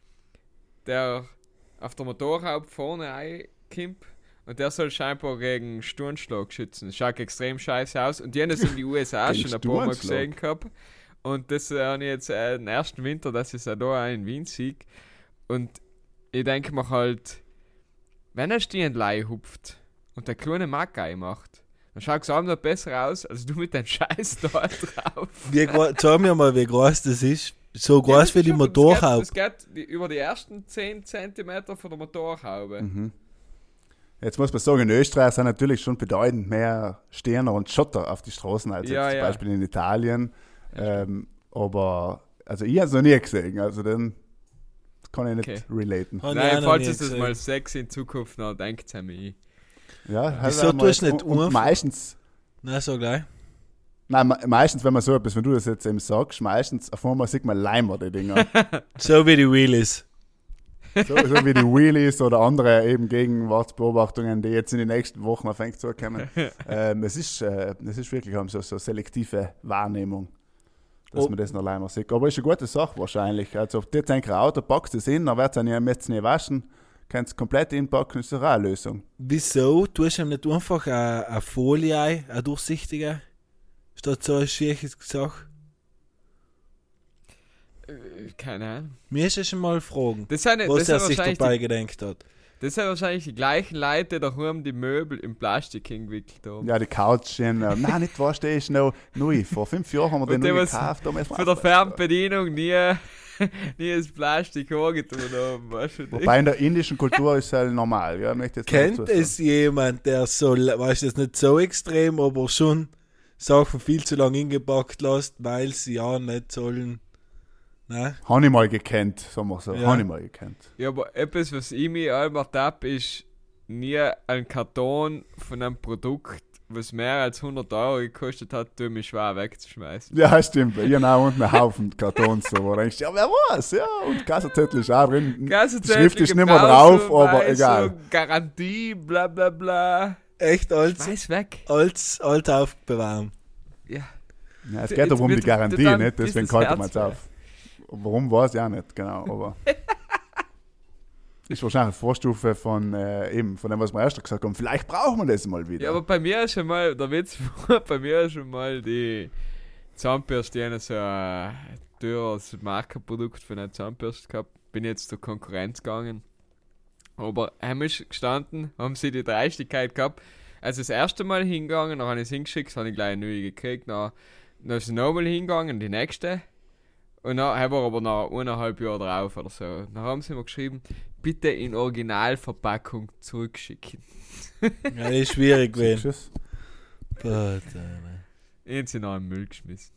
S2: der auf der Motorhaube vorne reinkommt. Und der soll scheinbar gegen Sturmschlag schützen. Das schaut extrem scheiße aus. Und die haben das in die USA
S1: Gegen
S2: schon ein paar Mal
S1: Sturmschlag?
S2: gesehen gehabt. Und das habe ich jetzt den ersten Winter, dass ich es auch da in Wien sehe. Und ich denke mir halt, wenn er Stirnlei hupft und der kleine Mackei macht, dann schaut es auch noch besser aus, als du mit deinem Scheiß da drauf.
S4: Sag mir mal, wie groß das ist. So groß wie die Motorhaube.
S2: Das geht über die ersten 10 cm von der Motorhaube.
S1: Mhm. Jetzt muss man sagen, in Österreich sind natürlich schon bedeutend mehr Sterner und Schotter auf die Straßen als
S2: Ja,
S1: jetzt zum
S2: ja.
S1: Beispiel in Italien. Aber also ich habe es noch nie gesehen, also dann kann ich nicht
S2: Okay.
S1: relaten.
S4: Habe ich auch
S2: Nein,
S4: noch
S2: falls
S4: nie
S2: es das
S4: gesehen.
S2: mal Sex in Zukunft noch denkt, an mich.
S1: Ja,
S4: Wieso
S1: halt
S4: tust du nicht
S1: und
S4: einfach-
S1: meistens,
S4: Na, so gleich.
S1: meistens, wenn man so etwas, wenn du das jetzt eben sagst, meistens auf einmal sieht man Leimer, die Dinger.
S4: So wie die Wheelies.
S1: so wie die Wheelies oder andere eben Gegenwartsbeobachtungen, die jetzt in den nächsten Wochen anfangen zu kommen. Es ist wirklich so selektive Wahrnehmung, dass man das noch Leimer sieht. Aber ist eine gute Sache wahrscheinlich. Also auf dir ein Auto, packst es in, dann wird es nicht waschen, kannst es komplett inpacken, ist doch auch eine Lösung.
S4: Wieso tust du ihm nicht einfach eine Folie ein, eine durchsichtige, statt so eine schwierige Sache?
S2: Keine Ahnung.
S4: Mir ist es schon mal fragen,
S2: Das sind,
S4: was
S2: das
S4: er
S2: sind
S4: sich
S2: wahrscheinlich
S4: dabei
S2: die,
S4: gedenkt hat.
S2: das sind wahrscheinlich die gleichen Leute, die daheim die Möbel im Plastik hingewickelt haben.
S1: Ja, die Couch, nein, nicht weißt du, die ist noch neu. Vor 5 Jahren haben wir
S2: Und
S1: den
S2: die,
S1: neu
S2: was
S1: gekauft. Da müssen wir
S2: Von der
S1: aufpassen.
S2: Fernbedienung nie das Plastik angetan haben. Weißt du,
S1: Wobei in der indischen Kultur ist es halt normal. Ja, möchte jetzt
S4: Kennt
S1: dazu sagen.
S4: es jemand, der so, weißt du, jetzt nicht so extrem, aber schon Sachen viel zu lange hingepackt lässt, weil sie ja nicht sollen? Nein?
S1: Habe ich mal gekannt, sagen wir so.
S4: Ja.
S1: Habe ich mal gekannt.
S2: Ja, aber etwas, was ich mir einmal habe, ist nie einen Karton von einem Produkt, was mehr als 100 Euro gekostet hat, tue mich schwer wegzuschmeißen.
S1: Ja, stimmt. Ich habe auch unten einen Haufen Kartons, so, wo du denkst, ja, wer weiß, ja, und Kassenzettel ist auch drin. Die Schrift ist nicht mehr drauf, aber egal.
S2: So Garantie, bla bla bla.
S4: Echt als
S2: Schmeiß weg.
S4: aufbewahren.
S2: Ja.
S1: Ja, es geht aber um die
S2: Wird
S1: Garantie,
S2: dann
S1: nicht? Deswegen
S2: bis ins
S1: halten wir es
S2: Herz
S1: auf. Warum, weiß ich auch nicht, genau. Aber ist wahrscheinlich eine Vorstufe von dem, was wir erst gesagt haben. Vielleicht brauchen wir das mal wieder.
S2: Ja, aber bei mir ist schon mal, der Witz war, bei mir ist schon mal die Zahnbürste, die haben so ein teures Markenprodukt von einer Zahnbürste gehabt. Bin jetzt zur Konkurrenz gegangen. Aber haben ist gestanden, haben sie die Dreistigkeit gehabt. Also das erste Mal hingegangen, dann habe ich es hingeschickt, habe ich gleich eine neue gekriegt. Dann ist sie nochmal hingegangen, die nächste. Und dann haben wir aber nach 1,5 Jahren drauf oder so. Dann haben sie mir geschrieben, bitte in Originalverpackung zurückschicken.
S4: Ja, das ist schwierig gewesen.
S1: Tschüss.
S2: Ich habe sie noch in den Müll geschmissen.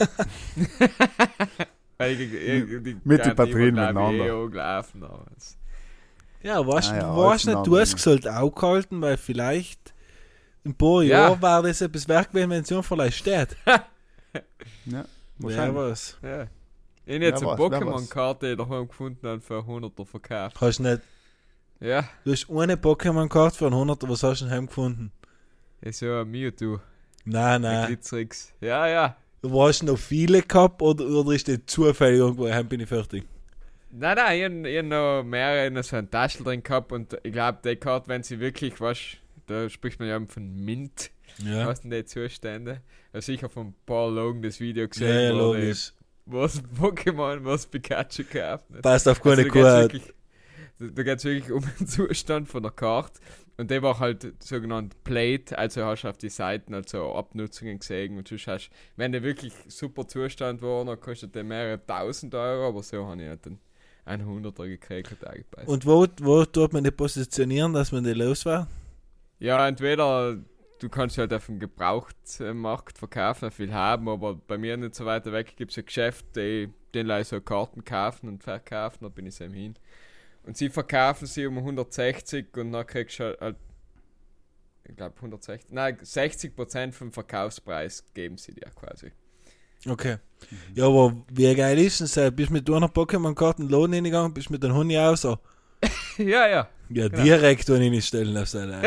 S2: Weil die
S1: Mit den
S2: Garantie
S1: Batterien
S2: war, glaub ich,
S1: miteinander.
S2: angelaufen damals.
S4: Ja, weißt du,
S1: Ah ja,
S4: du weißt
S1: alles
S4: nicht,
S1: in
S4: du hast
S1: Ordnung.
S4: gesagt auch gehalten, weil vielleicht in ein paar
S2: Ja.
S4: Jahren war das etwas wert gewesen, wenn es so vielleicht steht.
S1: Ja,
S4: Wer
S1: wahrscheinlich.
S4: weiß.
S2: Ja. Ich habe jetzt
S1: Wer
S2: eine
S1: weiß, wer
S2: Pokémon-Karte daheim gefunden und für 100er verkauft.
S4: Hast nicht.
S2: Ja,
S4: Du hast eine Pokémon-Karte für einen 100er, was hast du denn heimgefunden?
S2: ist so ein Mewtwo.
S4: Nein.
S2: Ein Glitzerix. Ja.
S4: Du hast noch viele gehabt oder ist das zufällig irgendwo? Dann bin ich fertig.
S2: Nein, ich hab noch mehrere in so einer Tasche drin gehabt und ich glaube, die Karte, wenn sie wirklich, da spricht man ja von Mint.
S4: Ja,
S2: Was denn die Zustände? Also sicher von Paul Logan das Video gesehen,
S4: ja
S2: wo
S4: logisch.
S2: was Pokémon, was Pikachu gekauft hat.
S4: Passt auf keine
S2: Also
S4: Kuh.
S2: da geht es wirklich um den Zustand von der Karte. Und der war halt sogenannt Plate, also hast du auf die Seiten also Abnutzungen gesehen und sonst hast, wenn der wirklich super Zustand war, dann kostet der mehrere 1000 Euro, aber so habe ich halt dann 100er gekriegt eigentlich.
S4: Und wo tut man die positionieren, dass man die los war?
S2: Ja, entweder du kannst halt auf dem Gebrauchtmarkt verkaufen, viel haben, aber bei mir nicht so weiter weg gibt es ein Geschäft, die Leute so Karten kaufen und verkaufen, da bin ich so hin. Und sie verkaufen sie um 160 und dann kriegst du halt, ich glaube 60% vom Verkaufspreis geben sie dir quasi.
S4: Okay. Ja, aber wie geil ist es? Bist du mit einer Pokémon-Karten Lohn hingegangen, bist du mit den Huni aus? So?
S2: Ja.
S4: Ja,
S2: Genau.
S4: direkt nicht stellen auf seine.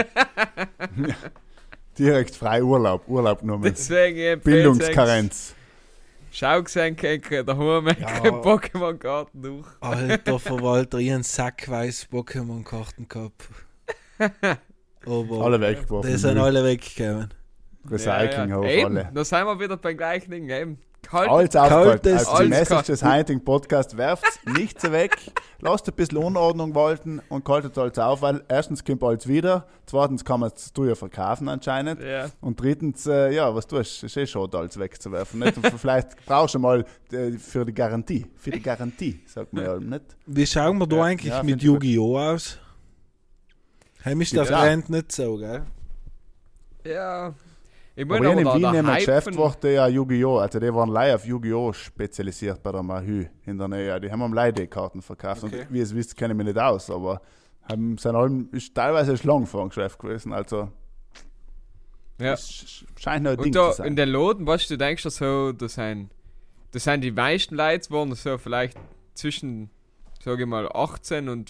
S1: Direkt frei Urlaub nur mit
S2: Deswegen
S1: Bildungskarenz.
S2: Schau gesehen, daheim
S4: Ja.
S2: Pokémon-Karten durch.
S4: Alter Verwalter, ich hab einen Sack weiß Pokémon-Karten gehabt. Aber
S1: Alle weggeworfen.
S4: die sind alle weggekommen.
S1: Recycling auf
S2: Eben,
S1: alle.
S2: da sind wir wieder beim gleichen Ding. Eben.
S1: Alles aufgeholt.
S4: kaltes-
S1: Also die
S2: alles
S1: Message des heutigen Podcasts, werft nichts weg, lasst ein bisschen Unordnung walten und haltet alles auf, weil erstens kommt alles wieder, zweitens kann man es teuer verkaufen anscheinend
S2: Ja.
S1: und drittens, was tust du, ist eh schon alles wegzuwerfen. Nicht? Und vielleicht brauchst du mal für die Garantie, sagt man ja nicht.
S4: Wie schauen wir da
S1: Ja,
S4: eigentlich
S1: ja,
S4: mit
S1: find ich gut.
S4: Yu-Gi-Oh! Aus? Heim ist der
S1: Ja.
S4: Trend nicht so, gell?
S2: Ja. Ich
S1: Aber
S2: meine,
S1: in
S2: aber
S1: Wien
S2: der
S1: neben dem
S2: Hype
S1: Geschäft
S2: von-
S1: war der ja Yu-Gi-Oh! Also die waren live auf Yu-Gi-Oh! Spezialisiert bei der Mahü in der Nähe. Die haben am Leih-Karten verkauft.
S4: Okay.
S1: Und wie ihr es wisst, kenne ich mich nicht aus, aber sind allem, ist teilweise Schlange vor dem Geschäft gewesen. Also
S2: Ja.
S1: es scheint noch ein Ding
S2: Und da
S1: zu sein.
S2: in den Laden, weißt du, denkst du so, das sind die meisten Leute, waren so vielleicht zwischen, sage ich mal, 18 und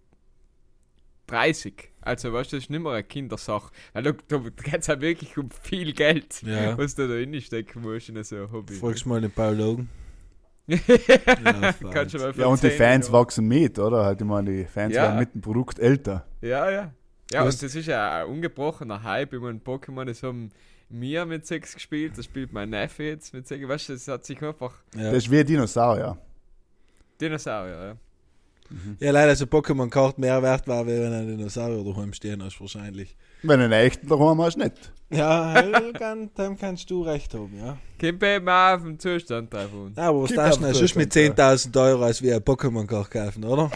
S2: 30. Also, weißt du, das ist nicht mehr eine Kindersache. Weil da geht es halt wirklich um viel Geld,
S4: Ja.
S2: was du da reinstecken musst in so ein Hobby.
S4: Fragst mal den Paul Logan. Ja,
S2: Kannst du mal
S1: Ja, und die
S2: 10
S1: Fans
S2: Jahren-
S1: wachsen mit, oder? Halt, ich meine, die Fans
S2: Ja.
S1: werden mit dem Produkt älter.
S2: Ja. Ja,
S4: Du
S2: und
S4: hast-
S2: das ist ja ein ungebrochener Hype. Ich meine, Pokémon, das haben wir mit 6 gespielt, das spielt mein Neffe jetzt mit 6. Weißt du, das hat sich einfach
S4: ja.
S1: Das ist wie ein Dinosaurier.
S2: Dinosaurier, ja.
S4: Ja, leider so Pokémon-Karten mehr wert war, wenn ein Dinosaurier daheim stehen hast, wahrscheinlich.
S1: Wenn du einen echten daheim hast, nicht.
S4: Ja, dann kannst du recht haben, ja.
S2: Kommt eben auch auf den Zustand drauf an.
S4: Ja, aber was
S1: Gib
S4: darfst du
S1: auf
S4: denn sonst mit
S1: Zustand,
S4: 10.000 Euro als wie ein Pokémon-Kart kaufen, oder?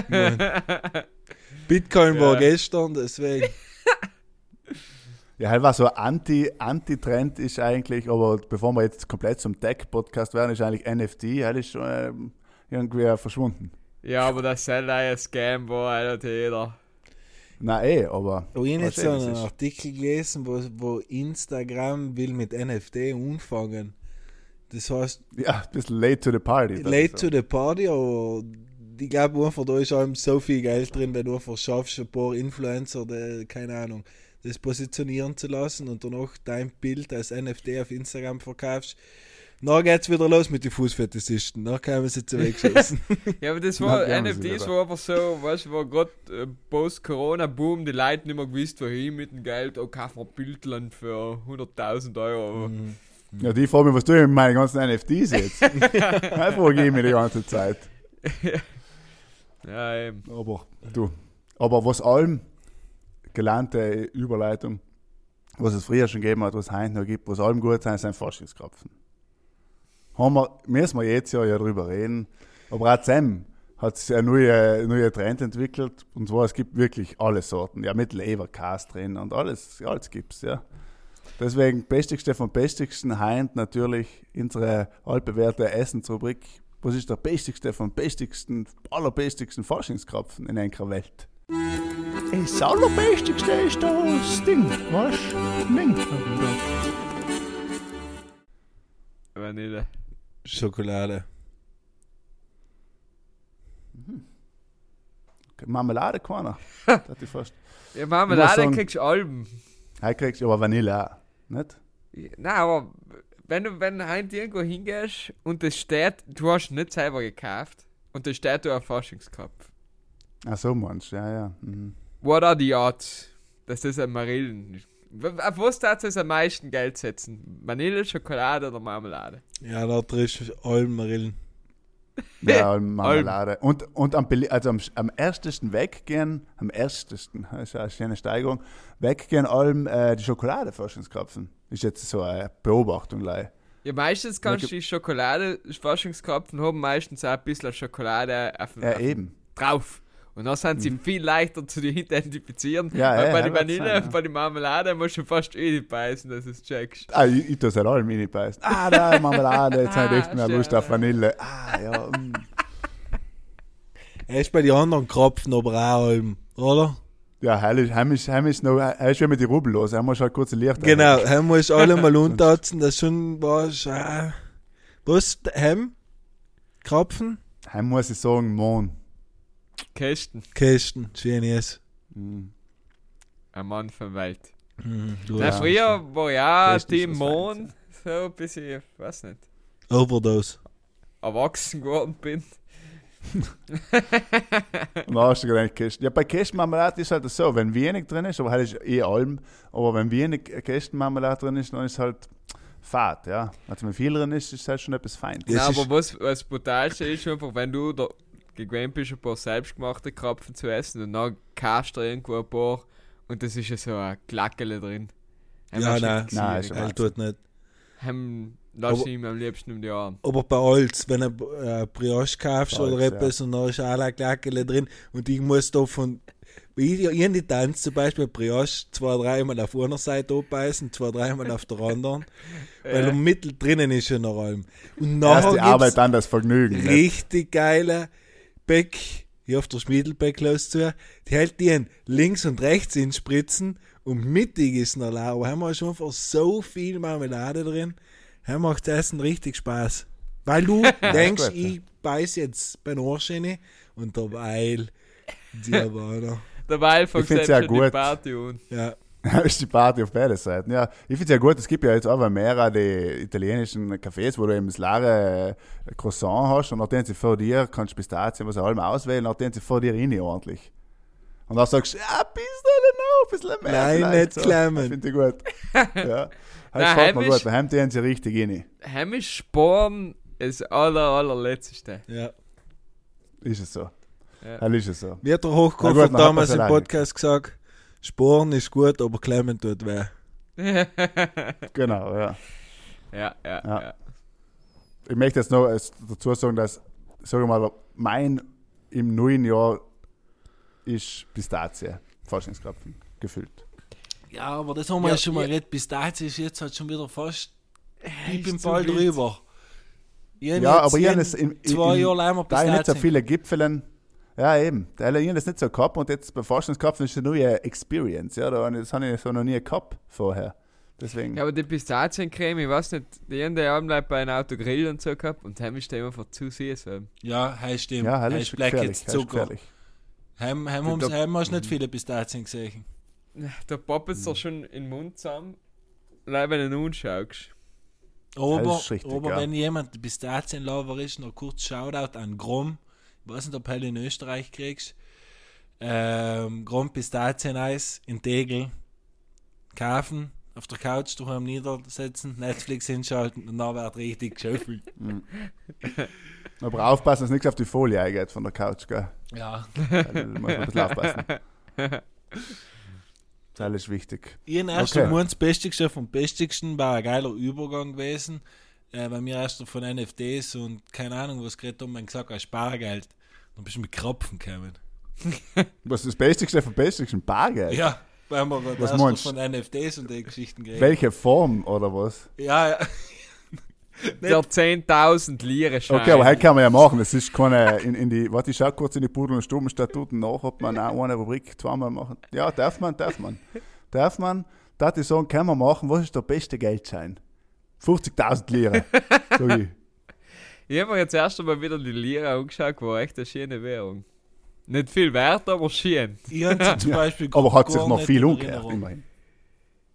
S4: Bitcoin war
S2: Ja.
S4: gestern, deswegen.
S1: Ja, halt was so ein Anti-Trend ist eigentlich, aber bevor wir jetzt komplett zum Tech-Podcast werden, ist eigentlich NFT, halt ist schon irgendwie verschwunden.
S2: Ja, aber das soll ein Scam war, Alter, jeder.
S1: Nein, aber.
S4: Ich habe jetzt
S1: was
S4: so
S1: das
S4: einen
S1: ist.
S4: Artikel gelesen, wo Instagram will mit NFT anfangen. Das heißt,
S1: Ja, ein bisschen late to the party.
S4: late to the party, aber ich glaube einfach, da ist allem so viel Geld drin, wenn du einfach schaffst, ein paar Influencer, keine Ahnung, das positionieren zu lassen und danach dein Bild als NFT auf Instagram verkaufst. Dann geht's wieder los mit den Fußfetischisten. Dann können wir sie zu wegschießen.
S2: Ja, aber das war,
S1: Na, die haben
S2: NFTs
S1: sie
S2: war einfach so, weißt du, war gerade Post-Corona-Boom, die Leute nicht mehr gewusst, wohin mit dem Geld, oh, kaufen wir Bildland für 100.000 Euro.
S4: Mhm.
S1: Ja, die fragen mich, was tue ich mit meinen ganzen NFTs jetzt? Das frage ich mich die ganze Zeit.
S2: Ja, eben.
S1: Aber was allem, gelernte Überleitung, was es früher schon gegeben hat, was es heute noch gibt, was allem gut sein, sind Faschingskrapfen. Müssen wir jetzt ja drüber reden. Aber auch Sam hat sich ein neuer Trend entwickelt. Und zwar, es gibt wirklich alle Sorten. Ja, mit Leberkäse drin und alles gibt es, ja. Deswegen, Bestigste vom Bestigsten, heint natürlich unsere altbewährte Essensrubrik. Was ist der Bestigste vom Bestigsten, allerbestigsten Faschingskrapfen in einer Welt? Das allerbestigste ist das Ding, was? Ding.
S2: Vanille.
S4: Schokolade.
S1: Marmelade keiner. Das hat ich fast.
S2: Ja,
S1: Ich
S2: Marmelade
S1: muss sagen-
S2: kriegst du Alben.
S1: Heute kriegst du aber Vanille auch, nicht?
S2: Nein, aber wenn du heute irgendwo hingehst und es steht, du hast nicht selber gekauft und es steht da ein Faschingskopf.
S1: Ach so, meinst du, ja. Mhm.
S2: What are the odds, dass das ein Marillen ist? Auf was darf es am meisten Geld setzen? Vanille, Schokolade oder Marmelade?
S4: Ja, da triffst du allen Marillen.
S1: Ja, Marmelade. Und am erstesten weggehen, das ist ja eine schöne Steigerung, weggehen allem die Schokolade-Faschingskopfen. Ist jetzt so eine Beobachtung.
S2: Ja, meistens kannst du die Schokolade-Faschingskopfen haben meistens auch ein bisschen Schokolade auf
S1: eben.
S2: drauf. Und dann sind sie viel leichter zu identifizieren.
S1: Ja,
S2: weil
S1: ja,
S2: bei der
S1: ja,
S2: Vanille
S1: sein, ja.
S2: und bei der Marmelade musst du fast nicht beißen, dass du es checkst.
S1: Ich tue es halt allem beißen. Da, Marmelade, jetzt habe ich echt mehr
S2: schön.
S1: Lust auf Vanille. Ja.
S4: Er ist bei den anderen Kropfen aber auch allem, oder?
S1: Ja, heim ist schon mit die Rubel los. Er muss halt kurz Licht.
S4: Genau, Hem muss alle mal untertatzen, das schon was. Was? Hem? Kropfen?
S1: Heim muss ich sagen, Mohn.
S2: Kästen,
S4: Genies.
S2: ein Mann von Welt.
S4: Du
S2: Na,
S4: ja.
S2: früher war ja
S1: Kästen ist
S2: die
S1: was
S2: Mond so ein bisschen, weiß nicht,
S4: Overdose.
S2: erwachsen geworden bin.
S1: Und da hast du gedacht, Kästen. Ja, bei Kästenmarmelade ist halt so, wenn wenig drin ist, aber halt ist Alm, aber wenn wenig Kästenmarmelade drin ist, dann ist halt fad, ja. Also wenn viel drin ist es halt schon etwas Feines.
S4: Ja,
S2: Nein,
S4: es
S2: aber was brutalste ist einfach, wenn du da gewöhnt bist, ein paar selbstgemachte Krapfen zu essen und dann kaufst du irgendwo ein paar und das ist ja so ein Glackele drin.
S4: Ja, nein,
S1: Nein, ist
S4: er tut nicht.
S2: Lass ich ihm am liebsten um die Ohren.
S4: Aber bei Holz, wenn du Brioche kaufst
S1: Bei
S4: oder
S1: Holz,
S4: etwas und da ist alle Glackele drin und ich muss da von in die Tanz zum Beispiel Brioche 2-3 Mal auf einer Seite abbeißen, 2-3 Mal auf der anderen, weil im Mittel drinnen ist ja noch allem. Und
S1: Erst
S4: nachher
S1: die Arbeit,
S4: gibt's
S1: dann das Vergnügen. Nicht?
S4: richtig geile Beck, hier auf der Schmiedelbeck los zu, die hält die links und rechts in Spritzen und mittig ist noch leer. Aber haben wir schon einfach so viel Marmelade drin, haben macht das Essen richtig Spaß. Weil du denkst,
S1: gut, ja.
S4: ich beiß jetzt bei Arsch rein und derweil die Havanna.
S2: Dabei fängt
S1: find's
S2: selbst
S1: ja
S2: schon die
S1: gut.
S2: Party an.
S4: Ja.
S1: ist die Party auf beide Seiten. Ja, ich finde es ja gut, es gibt ja jetzt auch mehr die italienischen Cafés, wo du eben das leere Croissant hast und nachdem sie vor dir kannst du Pistazien, was auch immer auswählen, nachdem sie vor dir rein ordentlich. Und dann sagst du, ja, ein bisschen mehr.
S4: Nein,
S1: vielleicht.
S4: nicht klemmen.
S1: Finde ich gut. Ja.
S2: Nein,
S1: Das fällt mir
S2: heimisch-
S1: gut, daheim gehen sie richtig rein.
S2: Heimisch sparen ist das allerletzte.
S4: Ja.
S1: Ist es so.
S2: Ja.
S1: Ja, ist es so.
S4: Wie hat der
S1: Na
S4: Hochkocher
S1: gut, dann hat
S4: damals
S1: man's
S4: im
S1: alleine.
S4: Podcast gesagt, Sporen ist gut, aber klemmen tut weh.
S1: Genau, ja.
S2: Ja.
S1: Ja. Ich möchte jetzt noch dazu sagen, dass, sag ich mal, mein im neuen Jahr ist Pistazie, Faschingskrapfen, gefüllt.
S4: Ja, aber das haben wir
S2: Ja,
S4: ja schon mal
S2: ja.
S4: geredet. Pistazie ist jetzt halt schon wieder fast ich bin
S2: ist so
S4: bald
S2: wild.
S4: drüber.
S1: Ja, aber ich habe es in
S4: 2 Jahre lang mal
S1: da ich nicht so
S4: Pistazien.
S1: viele Gipfeln, ja eben, da habe ich das nicht so gehabt und jetzt bei Faschingskrapfen ist es eine neue Experience, ja, das habe ich so noch nie gehabt vorher. Deswegen,
S2: Ja, aber die Pistaziencreme, ich weiß nicht, die haben ja Abend bei einem Autogrill und so gehabt und heim ist der einfach zu süß.
S4: Ja, heißt stimmt.
S1: ja, das
S4: Heißt
S1: ist
S4: Black
S1: gefährlich,
S4: jetzt
S1: das ist
S4: Zucker.
S1: gefährlich.
S4: Heim hast du nicht viele Pistazien gesehen.
S2: Da poppet es doch schon in den Mund zusammen, wenn du ihn anschaust.
S4: Aber,
S1: Das ist richtig, ja.
S4: wenn jemand Pistazienlover ist, noch kurz Shoutout an Grom. Ich weiß nicht, ob du in Österreich kriegst. Grom Pistazieneis in Tegel. Kaufen, auf der Couch daheim niedersetzen, Netflix hinschalten und dann wird richtig geschöffelt.
S1: Aber aufpassen, dass nichts auf die Folie eingeht von der Couch, gell?
S4: Ja.
S1: Da muss man ein bisschen aufpassen. Das ist wichtig.
S4: Ich erst
S1: Okay.
S4: das Bestigste vom Bestigsten war ein geiler Übergang gewesen. Bei mir erst von NFTs und keine Ahnung, was geredet haben, gesagt, ein Spargeld. Dann bist du mit Kropfen gekommen.
S1: Was ist das Beste vom Besten? Bargeld?
S4: Ja, weil wir
S1: Was
S4: erst
S1: meinst
S4: von NFTs und die Geschichten geredet.
S1: Welche Form oder was?
S4: Ja, ja.
S2: Der 10.000 Lire Schein.
S1: Okay, aber heute kann man ja machen. Es ist keine, warte, ich schau kurz in die Pudel- und Stubenstatuten nach, ob man auch eine Rubrik zweimal machen. Ja, darf man. Darf man, darf ich sagen, kann man machen, was ist der beste Geldschein? 50.000 Lire. Sag ich.
S2: Ich habe mir jetzt erst einmal wieder die Lira angeschaut, war echt eine schöne Währung. Nicht viel wert, aber schön.
S4: Ich habe sie zum Beispiel
S1: Aber hat sich
S4: gar
S1: noch
S4: nicht
S1: viel
S4: in
S1: umgekehrt,
S4: Erinnerung.
S1: immerhin.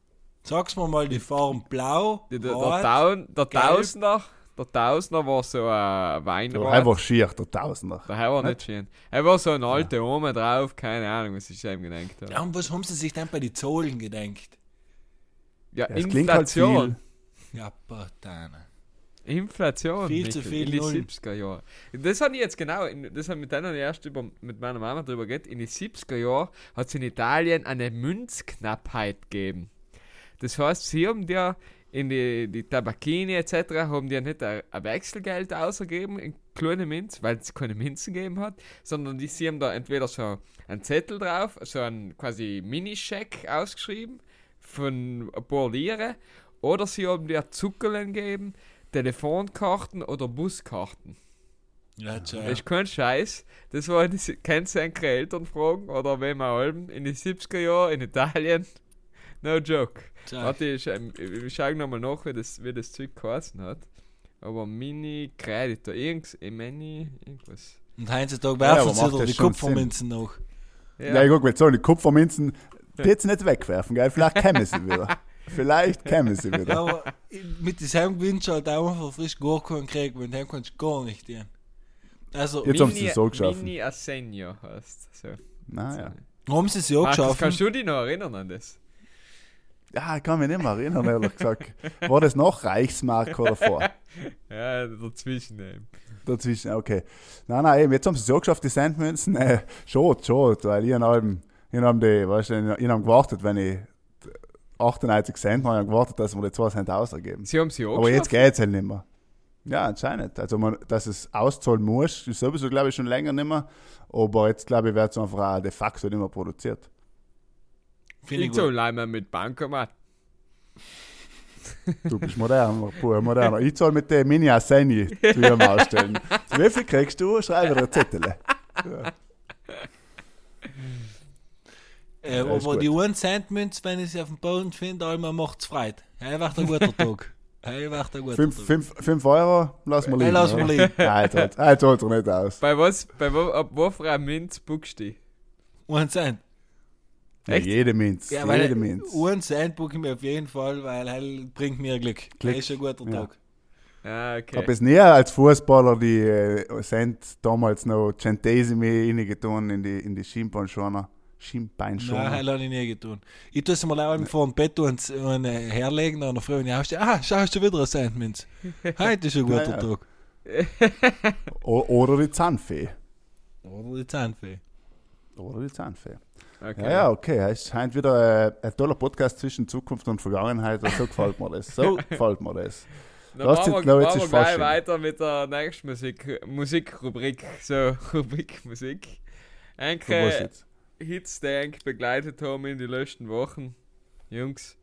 S4: Sag's mir mal die Farben blau,
S2: Der
S4: rot,
S2: Tausender war so ein
S1: Ja,
S2: Weinrot.
S1: einfach schier, der Tausender.
S2: Der war nicht schön. Er war so ein alter Oma drauf, keine Ahnung, was ich ihm gedacht habe.
S4: Ja, und was haben sie sich dann bei den Zollen gedacht?
S2: Ja,
S1: Ja, es klingt halt
S2: Inflation.
S1: viel.
S4: Ja, Patane.
S2: Inflation.
S4: Viel zu
S2: Michael,
S4: viel
S2: in die
S4: Nullen.
S2: 70er Jahre. Das habe ich jetzt genau, das habe ich mit denen erst mit meiner Mama drüber geredet. In die 70er Jahren hat es in Italien eine Münzknappheit gegeben. Das heißt, sie haben ja in die Tabakini etc. haben die ja nicht ein Wechselgeld ausgegeben in kleine Münzen, weil es keine Münzen gegeben hat, sondern sie haben da entweder so einen Zettel drauf, so einen quasi Minischeck ausgeschrieben von ein paar Lire, oder sie haben dir Zuckerlen gegeben, Telefonkarten oder Buskarten.
S4: Ja, tja.
S2: Das ist kein Scheiß. Das war kennst du eure Eltern fragen oder wem auch allem in den 70er Jahren in Italien. No joke.
S4: Tja.
S2: Warte, ich schaue nochmal nach, wie das Zeug geheißen hat. Aber Mini-Creditor, irgendwas.
S4: Und heutzutage
S1: Ja,
S4: werfen
S1: aber
S4: sie
S1: macht
S4: doch
S1: das
S4: die
S1: schon
S4: Kupfermünzen noch.
S1: Ja, ich guck mal, so die Kupfermünzen, die jetzt nicht wegwerfen, gell? Vielleicht kämen sie wieder. Vielleicht kämen sie
S4: Ja,
S1: wieder.
S4: aber mit diesem Gewinn halt auch einfach frisch gar keinen kriegen, weil dem kannst du gar nicht dienen. Also,
S1: Jetzt haben sie es so geschafft.
S2: Mini Assegno heißt so.
S1: Naja.
S4: haben sie es ja
S2: Markus,
S4: geschafft.
S2: kannst du dich noch erinnern an das?
S1: Ja, ich kann mich nicht mehr erinnern, ehrlich gesagt. War das nach Reichsmark oder vor?
S2: Ja, dazwischen eben.
S1: Dazwischen, okay. Nein, eben, jetzt haben sie es so geschafft, die Centmünzen. Schon, weil ich habe gewartet, wenn ich 98 Cent habe, ich gewartet, dass wir die 2 Cent ausgeben.
S2: Sie haben sie auch
S1: Aber jetzt
S2: geschafft?
S1: geht es halt nicht mehr. Ja, anscheinend. Also, dass es auszahlen muss, ist sowieso, glaube ich, schon länger nicht mehr. Aber jetzt, glaube ich, wird es einfach auch de facto nicht mehr produziert.
S4: Finde ich
S2: Ich so
S4: gut.
S2: leider mit Bankomat.
S1: Du bist modern, pur moderner. Ich zahle mit der Mini Assegni zu ihrem Ausstellen. Wie viel kriegst du? Schreibe dir ein Zettel. Ja. ist
S4: Aber
S1: gut.
S4: die 1 Cent Münze, wenn ich sie auf dem Boden finde, einmal macht es Freude. Hey, wird ein guter Tag. Hey, wird ein guter Tag.
S1: 5 Euro lassen wir liegen.
S4: Hey, lassen wir
S1: oder?
S4: liegen.
S1: Nein, zahlt er nicht aus.
S2: Ab wo für ein Minz buchst du?
S4: 1 Cent.
S1: Ja,
S2: Echt?
S1: jede Minz.
S4: Ja, weil
S1: jede Minz.
S4: 1 Cent buche ich mir auf jeden Fall, weil er bringt mir Glück.
S1: Glück.
S4: Das ist ein guter
S1: Ja.
S4: Tag.
S2: Ah,
S1: Ich habe
S2: okay.
S1: es näher als Fußballer die Cent damals noch Centesimi reingetan in die Schienbeinschoner.
S4: Nein,
S1: Schienbeinschoner.
S4: das habe ich nie getan. Ich tue es mir auch vor dem Bett und herlegen und früh und ich aufstehe. Ah, schau, hast du wieder ein Cent Münz. Heute ist ein guter
S1: Ja, ja.
S4: Tag.
S1: Oder die Zahnfee.
S4: Oder die Zahnfee.
S2: Okay.
S1: Ja, okay. Es scheint wieder ein toller Podcast zwischen Zukunft und Vergangenheit. Und so gefällt mir das.
S2: Dann
S1: Lasst
S2: machen
S1: jetzt,
S2: wir,
S1: glaub ich,
S2: machen
S1: jetzt
S2: wir
S1: ist
S2: gleich
S1: Fasching.
S2: weiter mit der nächsten Musikrubrik. So, Rubrik Musik.
S1: So, was
S2: Einige
S1: jetzt?
S2: Hits, die eigentlich begleitet haben in den letzten Wochen. Jungs.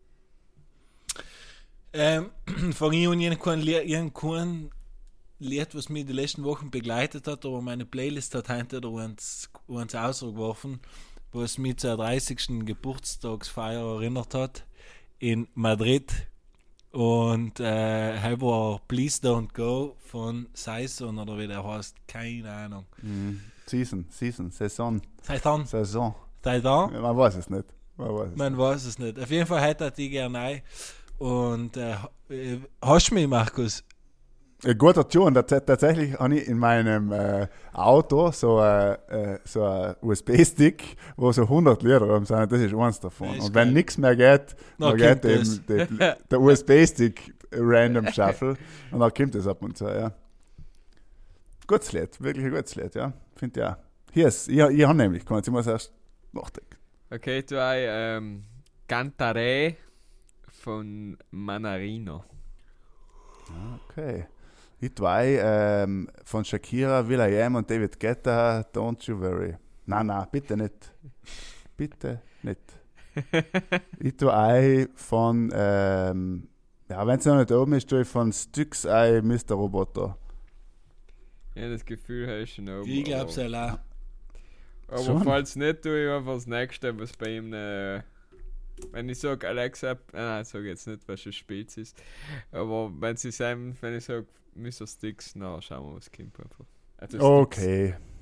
S4: Fange ich an irgendein Lied, was mich die letzten Wochen begleitet hat, aber meine Playlist hat heute uns ausgeworfen, was mich zur 30. Geburtstagsfeier erinnert hat in Madrid. Und war Please Don't Go von Saison oder wie der heißt, keine Ahnung.
S1: Saison.
S4: Saison.
S1: Saison.
S4: Saison?
S1: Ja, man weiß es nicht.
S4: Man weiß es nicht. Auf jeden Fall hätte ich gerne ein. Und hast du mich, Markus?
S1: Ein guter Tune. Tatsächlich habe ich in meinem Auto so ein USB-Stick, wo so 100 Lieder drin sind. Das ist eins davon.
S4: Das ist
S1: Und wenn
S4: geil.
S1: nichts mehr geht,
S4: Dann
S1: dann geht
S4: kommt
S1: eben der USB-Stick random shuffle und dann kommt das ab und zu, ja. Gutes Lied, wirklich ein gutes Lied, ja. Finde ich auch. Hier ist, ich habe nämlich, ich muss erst nachdenken.
S2: Okay, du hast Cantare von Manarino.
S1: Okay. Ich zwei von Shakira, Will.i.am und David Guetta, Don't You Worry. Nein, bitte nicht. Bitte nicht. Ich tue ein von, ja, wenn es noch nicht oben ist, tue ich von Styx ein Mr. Roboter.
S2: Ja, das Gefühl habe ich schon oben.
S4: Ich glaube es
S2: aber,
S4: auch.
S2: aber
S1: Schon?
S2: falls nicht, tue ich einfach das nächste, was bei ihm wenn ich sage Alexa, nein, sage jetzt nicht, was für Spitz ist. Aber wenn ich sage Mr. Sticks, na, schauen wir, was kommt einfach. Also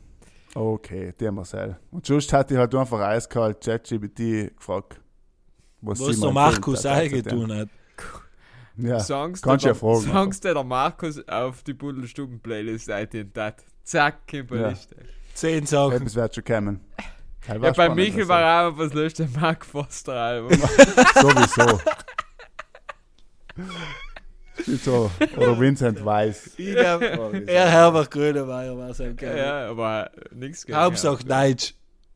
S1: Okay, der Marcel. Und sonst hatte ich halt einfach eiskalt ChatGPT gefragt.
S4: Was
S1: sie
S4: der
S1: mal
S4: Markus
S1: empfiehlt,
S4: eingetun hat.
S1: Ja,
S2: Songs,
S1: kannst du ja fragen.
S2: Songs, der Markus auf die Buddelstuben-Playlist eingetan hat. Zack, in die
S1: Ja.
S2: Liste.
S4: 10 Sachen.
S1: Etwas wird schon kommen.
S2: Ja, bei Michel war auch was löscht, der Mark Foster Album.
S1: Sowieso. Ist so. Oder Vincent Weiss.
S4: Ich glaub, er Herbert Grönemeyer war sein Kerl.
S2: Ja, aber nichts gegen
S4: Hauptsache Deutsch.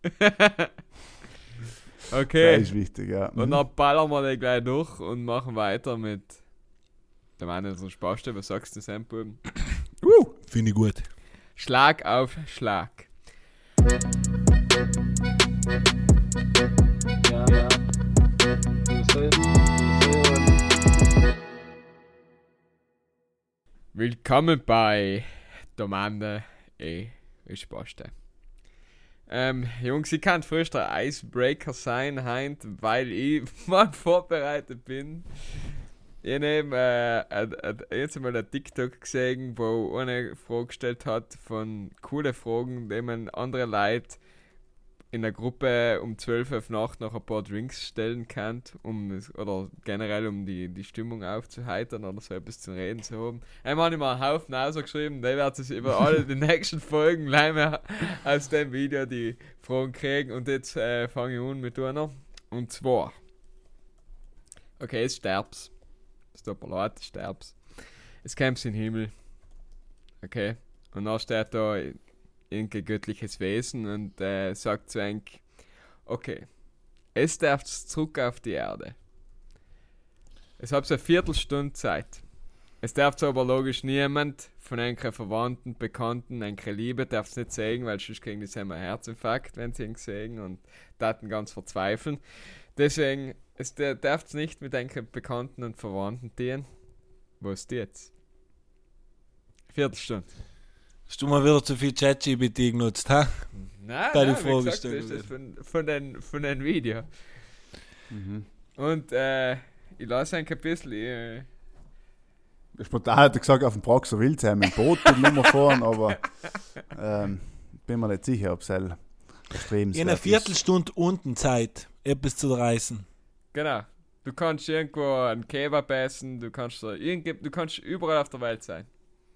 S2: Okay.
S1: Das ist wichtig, ja.
S2: Und dann ballern wir den gleich durch und machen weiter mit der Mann unserer Spaßstelle. Was sagst du, Sample?
S4: Finde ich gut.
S2: Schlag auf Schlag.
S3: Ja, ja. Du sollst.
S2: Willkommen bei Domande Spaßstelle. Jungs, ich kann früher ein Icebreaker sein, heint, weil ich mal vorbereitet bin. Ich habe jetzt mal ein TikTok gesehen, wo eine Frage gestellt hat von coole Fragen, die man andere Leute in der Gruppe um 12 Uhr auf Nacht noch ein paar Drinks stellen kann, oder generell um die Stimmung aufzuheitern oder so etwas zu reden zu haben. Einmal habe ich mal einen Haufen ausgeschrieben, der wird sich über alle die nächsten Folgen leider aus dem Video die Fragen kriegen. Und jetzt fange ich an mit einer. Und zwar, okay, es sterb's. Es tut mir leid, es sterb's. Es kämpft in den Himmel. Okay, und dann steht da irgendein göttliches Wesen und sagt zu einem, okay, es darf zurück auf die Erde. Es hat so eine Viertelstunde Zeit. Es darf aber logisch niemand von einem Verwandten, Bekannten, einer Liebe darf es nicht sagen, weil sonst kriegen die selber einen Herzinfarkt, wenn sie ihn sehen und taten ganz verzweifeln. Deswegen, es darf es nicht mit einem Bekannten und Verwandten tun. Wo ist die jetzt? Viertelstunde.
S4: Hast du mal wieder zu viel ChatGPT genutzt, ha?
S2: Nein,
S4: Bei
S2: nein,
S4: der
S2: wie gesagt,
S4: Fragestellung.
S2: das ist von den Video.
S1: Mhm.
S2: Und ich lasse ein bisschen.
S1: Spontan hat er gesagt, auf dem Praxer Wildsheim im Boot die Nummer fahren, aber bin mir nicht sicher, ob es extrem
S4: In einer Viertelstunde unten Zeit, etwas zu reißen.
S2: Genau. Du kannst irgendwo einen Kebab essen, du kannst überall auf der Welt sein.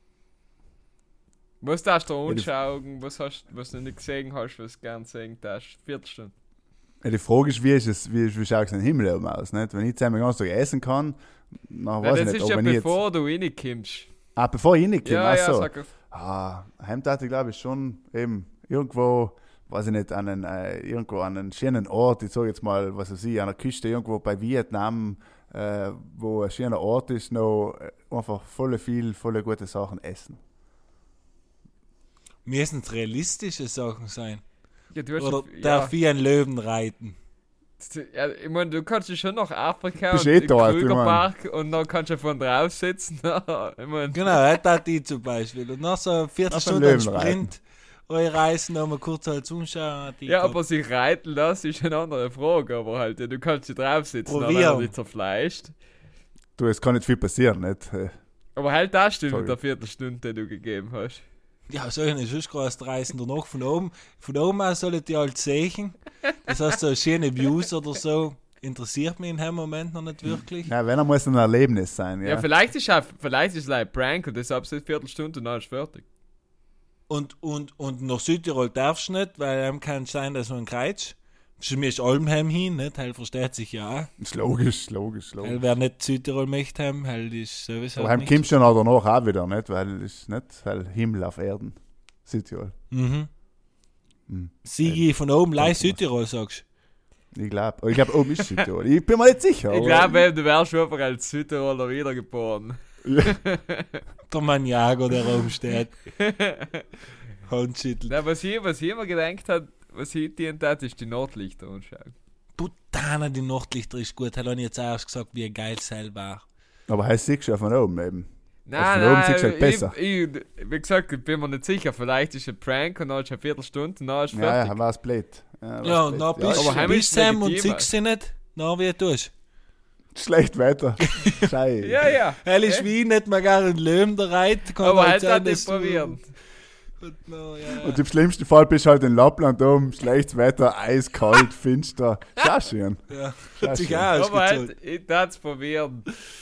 S2: Was darfst du anschauen, was du nicht gesehen hast, was du gern sehen darfst? Viertelstunde.
S1: Ja, die Frage ist, wie schaut es den Himmel oben aus? Nicht? Wenn ich jetzt einmal ganz Tag essen kann, dann weiß ich
S2: das
S1: nicht.
S2: ist ja
S1: wenn ich
S2: bevor du reinkommst.
S1: bevor ich reinkomme,
S2: Ja,
S1: achso.
S2: sag auf.
S1: Heimtat, ich glaube, ist schon eben irgendwo, weiß ich nicht, irgendwo an einen schönen Ort, ich sage jetzt mal, was weiß ich, an der Küste, irgendwo bei Vietnam, wo ein schöner Ort ist, noch einfach volle gute Sachen essen.
S4: Müssen es realistische Sachen sein?
S2: Ja, du hast
S4: Oder
S2: schon-
S4: darf ich einen Löwen reiten?
S2: Ja, ich meine, du kannst schon nach Afrika
S1: Bist
S2: und
S1: eh
S2: in
S1: dort,
S2: den
S1: ich mein.
S2: Krügerpark und dann kannst du von drauf sitzen. Ich mein,
S4: Genau, das die zum Beispiel. Und nach so einer Viertelstunde
S1: Löwen
S4: Sprint, euch reißen, noch mal kurz halt zuschauen.
S2: ja, aber sich reiten lassen ist eine andere Frage, aber halt, ja, du kannst dich drauf sitzen, dann
S4: Probieren.
S2: werden die zerfleischt.
S1: Du, es kann nicht viel passieren, nicht?
S2: Aber halt das stimmt
S1: Sorry.
S2: mit der Viertelstunde, die du gegeben hast.
S4: Ja, so eine Schussgras reißen danach von oben. Von oben aus sollen die halt sehen. Das heißt, so schöne Views oder so interessiert mich in dem Moment noch nicht wirklich.
S1: Ja, wenn, er muss ein Erlebnis sein,
S2: Ja,
S1: ja.
S2: vielleicht ist es like Prank und deshalb ist es eine Viertelstunde und dann ist es fertig.
S4: Und nach Südtirol darfst du nicht, weil einem kann es sein, dass man kreitscht. Mir ist Almheim hin, nicht? Heil versteht sich ja auch.
S1: Ist logisch.
S4: Heil wer nicht Südtirol möchte haben, heil ist sowieso
S1: Aber heim
S4: nicht.
S1: kommst du dann danach auch wieder, nicht? Weil es ist nicht weil Himmel auf Erden. Südtirol.
S4: Mhm.
S1: Mhm.
S4: Sigi von oben,
S1: Ganz
S4: leicht Südtirol, sagst
S1: Ich glaube, oben ist Südtirol. Ich bin mir nicht sicher.
S2: Ich
S1: aber-
S2: glaube, du wärst schon einfach als Südtiroler wiedergeboren.
S1: Ja.
S4: der Maniago, der oben steht. Handschüttelt.
S2: Ja, was ich immer gedacht habe, was ich dient hat, ist die Nordlichter anschauen.
S4: Putana, die Nordlichter ist gut. Habe ich jetzt auch erst gesagt, wie geil es halt war.
S1: Aber heißt siehst du ja von oben eben.
S2: Nein,
S1: von oben siehst du halt besser.
S2: Wie gesagt, ich bin mir nicht sicher. Vielleicht ist es ein Prank und dann ist es eine Viertelstunde und dann ist es fertig.
S1: Ja, war es blöd.
S4: Ja, und dann bist
S2: aber heim
S4: du
S2: ist
S4: Sam und
S2: legitim,
S4: siehst sie nicht. Na, wie tust
S1: Schlecht weiter. Scheiße.
S2: Ja.
S4: Hell ist wie nicht mal gar ein Löwen der Reit. Kann
S2: Aber
S4: halt
S2: halt
S4: sein,
S2: hat
S4: dass
S2: das probieren.
S1: Und im schlimmsten Fall bist du halt in Lappland oben, schlechtes Wetter, eiskalt, finster. Sehr schön.
S4: Ja,
S1: Sehr
S4: hat sich
S1: schön.
S4: auch
S2: Aber
S4: ausgezahlt.
S2: halt, ich darf es probieren.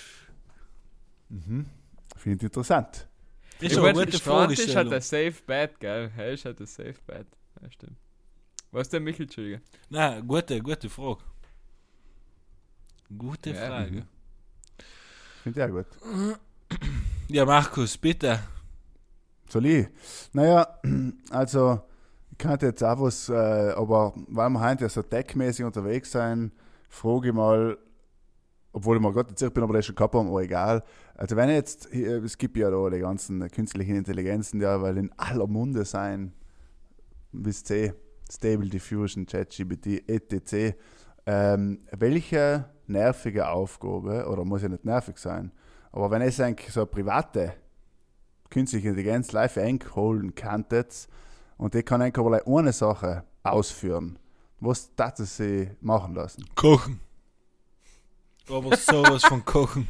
S1: Finde ich interessant.
S4: Ist
S2: Ich
S4: schon eine
S2: meine,
S4: gute
S2: Strand ist halt
S4: Fragestellung.
S2: ein Safe Bet, gell? Er ist halt ein Safe Bet. Ja, stimmt. Was denn, Michael, Entschuldige?
S4: Nein, gute Frage. Gute
S2: Ja.
S4: Frage.
S1: Finde ich auch gut.
S4: Ja, Markus, bitte.
S1: Soll ich? Naja, also, ich könnte jetzt auch was, aber weil wir heute ja so tech-mäßig unterwegs sein, frage ich mal, obwohl ich mal gerade erzählt bin, aber das schon gehabt haben, aber egal. Also wenn jetzt, es gibt ja da die ganzen künstlichen Intelligenzen, ja, weil in aller Munde sein, wisst ihr, Stable Diffusion, ChatGPT, etc. Welche nervige Aufgabe, oder muss ja nicht nervig sein, aber wenn es eigentlich so eine private künstliche Intelligenz live einholen könntet und die kann eigentlich aber eine Sache ausführen, was darf sie machen lassen?
S4: Kochen. Aber sowas von Kochen.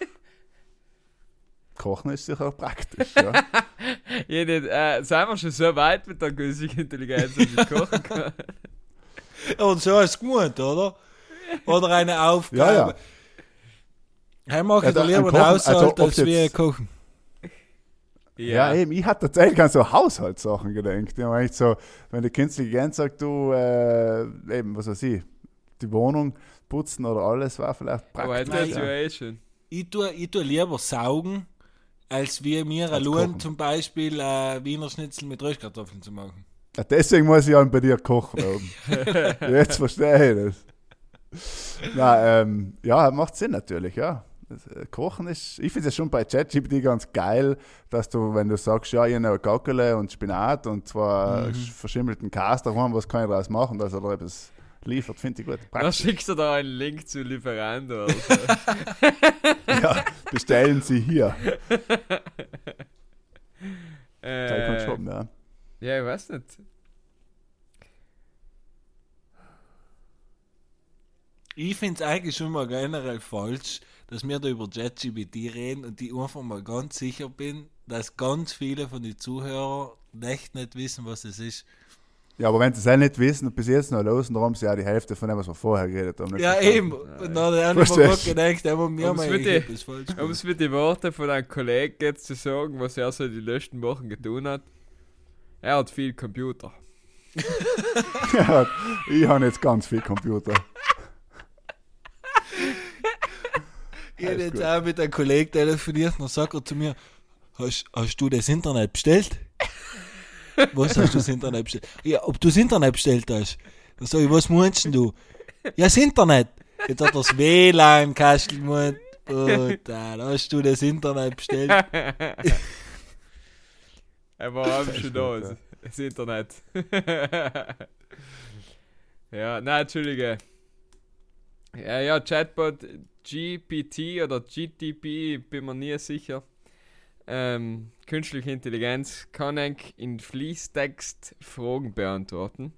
S1: Kochen ist sicher auch praktisch, ja.
S2: Sind wir schon so weit mit der künstlichen Intelligenz, dass ich kochen kann?
S4: Und so ist es gemeint, oder? Oder eine Aufgabe.
S1: Ja, ja.
S4: Hey, mach ich
S1: Ja,
S4: dir lieber
S1: ein
S4: einen
S1: Kochen,
S4: Haushalt,
S1: also ob
S4: als wir
S1: jetzt-
S4: kochen.
S1: Ja, eben, ich hatte tatsächlich an so Haushaltssachen gedacht. Ich habe eigentlich so, wenn die künstliche Intelligenz sagt, du, eben, was weiß ich, die Wohnung putzen oder alles, war vielleicht
S2: Aber
S1: praktisch.
S2: das
S4: Nein,
S2: ist ja eh schon.
S4: Ich tue lieber saugen, als wir mir
S1: Als
S4: allein
S1: kochen.
S4: zum Beispiel Wiener Schnitzel mit Röstkartoffeln zu machen.
S1: Ja, deswegen muss ich ja bei dir kochen. Oben. Jetzt verstehe ich das. Nein, ja, macht Sinn natürlich, ja. Kochen ist, ich finde es schon bei ChatGPT ganz geil, dass du, wenn du sagst, ja, ich habe eine Gackele und Spinat und zwar verschimmelten Käse daheim, was kann ich daraus machen, dass er da etwas liefert, finde ich gut.
S2: Dann
S1: Praktisch.
S2: schickst du da einen Link zu Lieferando oder so.
S1: Ja, bestellen Sie hier. Da kann
S2: äh,
S1: schon, ja.
S2: ja, ich weiß nicht.
S4: Ich finde es eigentlich schon mal generell falsch, dass wir da über ChatGPT reden und ich einfach mal ganz sicher bin, dass ganz viele von den Zuhörern echt nicht wissen, was es ist.
S1: Ja, aber wenn sie es auch nicht wissen und bis jetzt noch los, darum haben sie ja die Hälfte von dem, was wir vorher geredet haben. nicht
S4: Ja,
S1: verstanden.
S4: eben. Und dann habe ich mir
S1: Verstehst
S4: gerade gedacht, aber wir haben
S2: Um's
S4: eigentlich
S2: mit
S4: etwas falsch
S2: Um
S4: gemacht.
S2: es mit den Worten von einem Kollegen jetzt zu sagen, was er so die letzten Wochen getan hat. Er hat viel Computer.
S1: Ja, ich habe jetzt ganz viel Computer.
S4: Ich habe
S1: Alles
S4: jetzt
S1: gut.
S4: auch mit einem Kollegen telefoniert und dann sagt er zu mir, hast du das Internet bestellt? Was hast du das Internet bestellt? Ja, ob du das Internet bestellt hast? Dann sage ich, was meinst denn du? Ja, das Internet. Jetzt hat er das WLAN-Kastel gemeint. Dann hast du das Internet bestellt.
S2: Er war auch schon da,
S1: gut, ja.
S2: das Internet. Ja, nein, Entschuldige. Ja, Chatbot GPT oder GTP, bin mir nie sicher. Künstliche Intelligenz kann in Fließtext Fragen beantworten.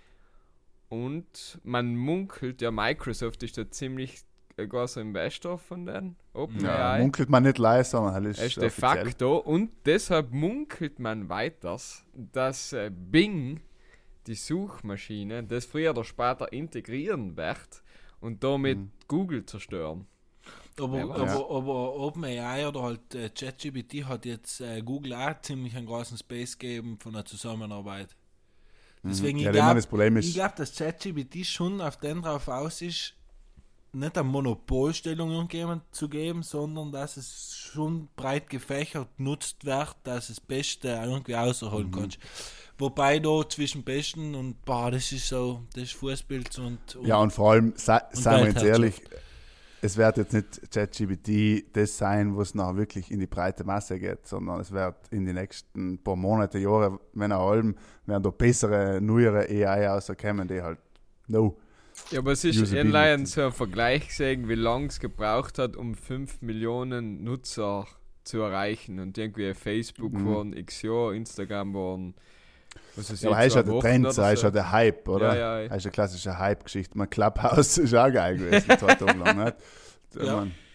S2: Und man munkelt, ja, Microsoft ist da ziemlich ein großer Investor von den
S1: Ja,
S2: OpenAI.
S1: munkelt man nicht leise, sondern
S2: Er ist
S1: ist
S2: de
S1: offiziell.
S2: facto und deshalb munkelt man weiters, dass Bing, die Suchmaschine, das früher oder später integrieren wird und damit Google zerstören.
S4: Aber,
S2: weiß.
S4: aber OpenAI oder halt ChatGPT hat jetzt Google auch ziemlich einen großen Space gegeben von der Zusammenarbeit. Deswegen,
S1: Ja,
S4: ich
S1: ich meine,
S4: glaube,
S1: das Problem ist,
S4: dass ChatGPT schon auf den drauf aus ist, nicht eine Monopolstellung irgendjemand zu geben, sondern dass es schon breit gefächert genutzt wird, dass es Beste irgendwie rausholen kannst. Wobei da zwischen Besten und das ist so, das ist Fußpilz und
S1: ja, und vor allem, seien wir jetzt
S4: Weltherrschaft.
S1: ehrlich, es wird jetzt nicht ChatGPT das sein, was nachher wirklich in die breite Masse geht, sondern es wird in den nächsten paar Monate, Jahre, wenn auch allem, werden da bessere, neuere AI rauskommen, die halt,
S2: Ja, aber es ist
S1: Usability.
S2: inline so ein Vergleich gesehen, wie lange es gebraucht hat, um 5 Millionen Nutzer zu erreichen. Und irgendwie Facebook waren x Jahre, Instagram waren. Was weiß
S1: Ja, aber
S2: ich,
S1: heißt ja
S2: 2
S1: der
S2: Wochen
S1: Trend,
S2: oder
S1: heißt
S2: so.
S1: ja der Hype, oder?
S2: Ja, ja.
S1: Heißt eine klassische Hype-Geschichte. Mein Clubhouse ist auch geil gewesen, 2 Tage lang, nicht?
S4: Ja.
S1: Man,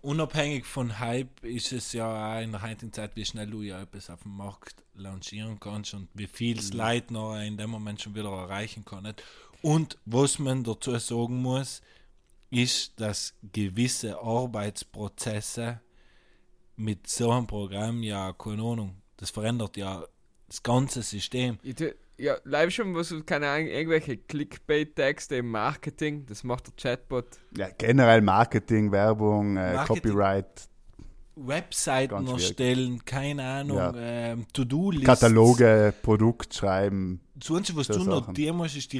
S4: unabhängig von Hype ist es ja auch in der heutigen Zeit, wie schnell du ja etwas auf dem Markt launchieren kannst und wie viel es Leute noch in dem Moment schon wieder erreichen kann. Nicht? Und was man dazu sagen muss, ist, dass gewisse Arbeitsprozesse mit so einem Programm ja, keine Ahnung, das verändert ja das ganze System.
S2: Ja, live schon, was, keine Ahnung, irgendwelche Clickbait-Texte im Marketing, das macht der Chatbot.
S1: Ja, generell Marketing, Werbung,
S4: Marketing.
S1: Copyright,
S4: Webseiten
S1: Ganz schwierig.
S4: erstellen, keine Ahnung,
S1: Ja.
S4: To-Do-Lists.
S1: Kataloge, Produkt schreiben.
S4: Das Einzige, was
S1: so
S4: du noch
S1: Sachen.
S4: dir musst, ist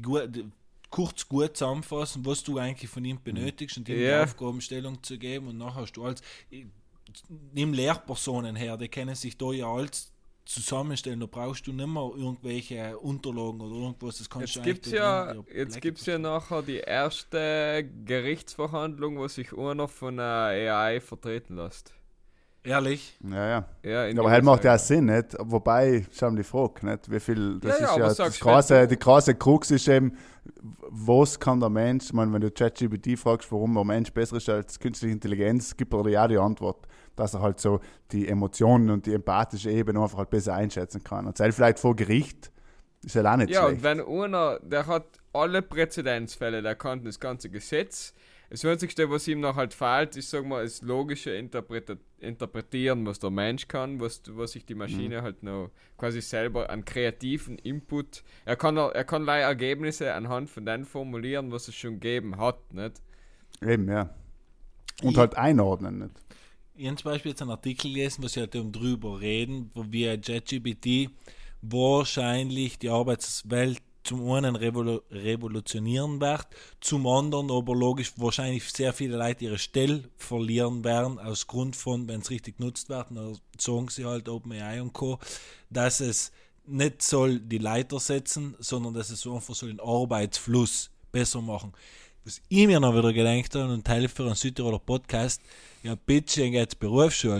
S4: kurz gut zusammenfassen, was du eigentlich von ihm benötigst und ihm die
S2: Ja.
S4: Aufgabenstellung zu geben und nachher hast du als nimm Lehrpersonen her, die können sich da ja alles zusammenstellen, da brauchst du nicht mehr irgendwelche Unterlagen oder irgendwas, das kannst
S2: Jetzt
S4: du
S2: gibt's
S4: eigentlich da drin,
S2: jetzt gibt's ja nachher die erste Gerichtsverhandlung, wo sich einer von einer AI vertreten lässt.
S4: Ehrlich?
S1: Ja.
S2: Ja, in
S1: Aber
S2: den
S1: halt macht
S2: USA.
S1: ja Sinn, nicht? Wobei, schau mal die Frage, nicht? Wie viel, das
S2: Ja,
S1: ist
S2: aber
S1: ja
S2: sagst
S1: die große Krux ist eben, was kann der Mensch, ich meine, wenn du ChatGPT fragst, warum der Mensch besser ist als künstliche Intelligenz, gibt er dir ja die Antwort, dass er halt so die Emotionen und die empathische Ebene einfach halt besser einschätzen kann. Und sei vielleicht vor Gericht, ist halt auch nicht
S2: Ja,
S1: schlecht.
S2: und wenn einer, der hat alle Präzedenzfälle, der kann das ganze Gesetz. Das Einzige, was ihm noch halt fehlt, ist, sagen wir, das logische Interpretieren, was der Mensch kann, was sich die Maschine halt noch quasi selber an kreativen Input. Er kann leider Ergebnisse anhand von dem formulieren, was es schon gegeben hat, nicht?
S1: Eben, ja. Und
S4: Ich-
S1: halt einordnen, nicht?
S4: Ich habe zum Beispiel jetzt einen Artikel gelesen, wo sie halt drüber reden, wo wir ChatGPT wahrscheinlich die Arbeitswelt zum einen revolutionieren wird, zum anderen aber logisch wahrscheinlich sehr viele Leute ihre Stelle verlieren werden, aus Grund von, wenn es richtig genutzt wird, dann sagen sie halt OpenAI und Co., dass es nicht soll die Leiter setzen, sondern dass es so einfach soll den Arbeitsfluss besser machen. Was ich mir noch wieder gedacht habe und Teil für einen Südtiroler Podcast, ja bitte geht's Berufsschule.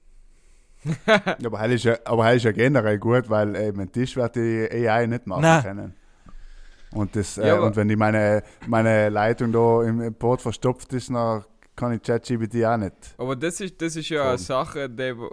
S1: Ja, aber halt ist ja generell gut, weil eben Tisch wird die AI nicht machen
S4: Nein.
S1: können. Und, das,
S2: Ja, aber-
S1: und wenn die meine Leitung da im Port verstopft ist, dann kann ich ChatGPT auch nicht.
S2: Aber das ist ja eine Sache,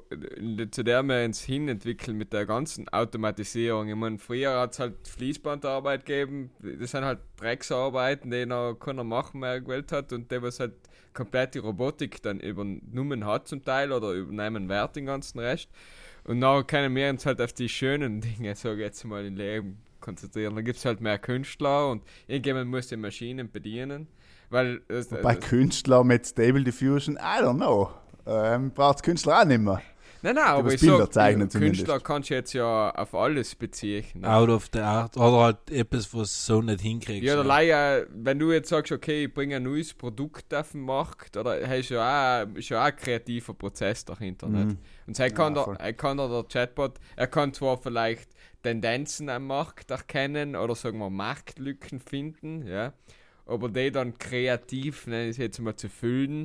S2: zu der wir uns hin entwickeln mit der ganzen Automatisierung. Ich meine, früher hat es halt Fließbandarbeit gegeben, das sind halt Drecksarbeiten, die noch keiner machen mehr gewählt hat und der was halt komplett die Robotik dann übernommen hat zum Teil oder übernehmen wird den ganzen Rest. Und now können wir uns halt auf die schönen Dinge, sage ich jetzt mal, im Leben konzentrieren. Da gibt es halt mehr Künstler und irgendjemand muss die Maschinen bedienen. Weil
S1: Bei Künstler mit Stable Diffusion, I don't know. Braucht es Künstler auch nicht mehr.
S2: Nein, aber
S1: was
S2: ich
S1: Bilder
S2: sag,
S1: zeichnen
S2: Künstler
S1: zumindest.
S2: kannst du jetzt ja auf alles beziehen. Ne?
S4: Out of the art. Oder halt etwas, was du so nicht hinkriegst.
S2: Ja, der Laie, wenn du jetzt sagst, okay, ich bringe ein neues Produkt auf den Markt, oder hast du ja auch ein kreativer Prozess dahinter. Nicht? Und so kann
S1: voll.
S2: der Chatbot, er kann zwar vielleicht Tendenzen am Markt erkennen oder sagen wir Marktlücken finden, ja, aber die dann kreativ, nenne ich es jetzt mal, zu füllen,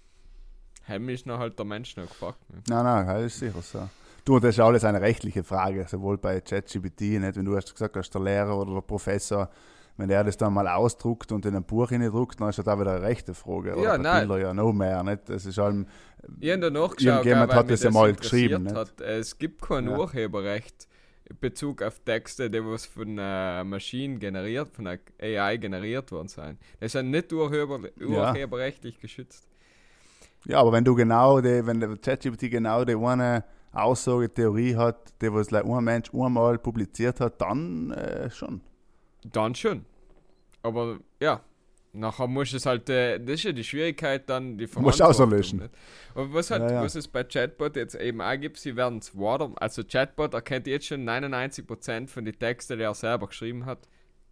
S2: haben ist noch halt der Mensch noch gefragt. Ne?
S1: Nein, das ist sicher so. Du, das ist alles eine rechtliche Frage, sowohl bei ChatGPT, nicht, wenn du hast gesagt hast, der Lehrer oder der Professor, wenn der das dann mal ausdruckt und in ein Buch hineindruckt, dann ist das auch wieder eine rechte Frage. Oder
S2: Ja,
S1: bei
S2: nein.
S1: Bilder ja noch mehr. Nicht? Das ist allem,
S2: Ich habe da nachgeschaut,
S1: Irgendjemand
S2: weil
S1: hat
S2: mich
S1: das ja mal
S2: interessiert
S1: geschrieben, nicht?
S2: hat. Es gibt kein
S1: Ja.
S2: Urheberrecht in Bezug auf Texte, die was von einer Maschine generiert, von einer AI generiert worden sind. Die sind nicht urheberrechtlich geschützt.
S1: ja, aber wenn du wenn der ChatGPT genau die eine Aussagetheorie hat, die was ein Mensch einmal publiziert hat, dann schon.
S2: Dann schon. Aber ja, nachher muss es halt, das ist ja die Schwierigkeit dann, die
S1: Musst du
S2: Verantwortung.
S1: auslöschen.
S2: Nicht? Und was es bei Chatbot jetzt eben auch gibt, sie werden es also Chatbot erkennt jetzt schon 99% von den Texten, die er selber geschrieben hat,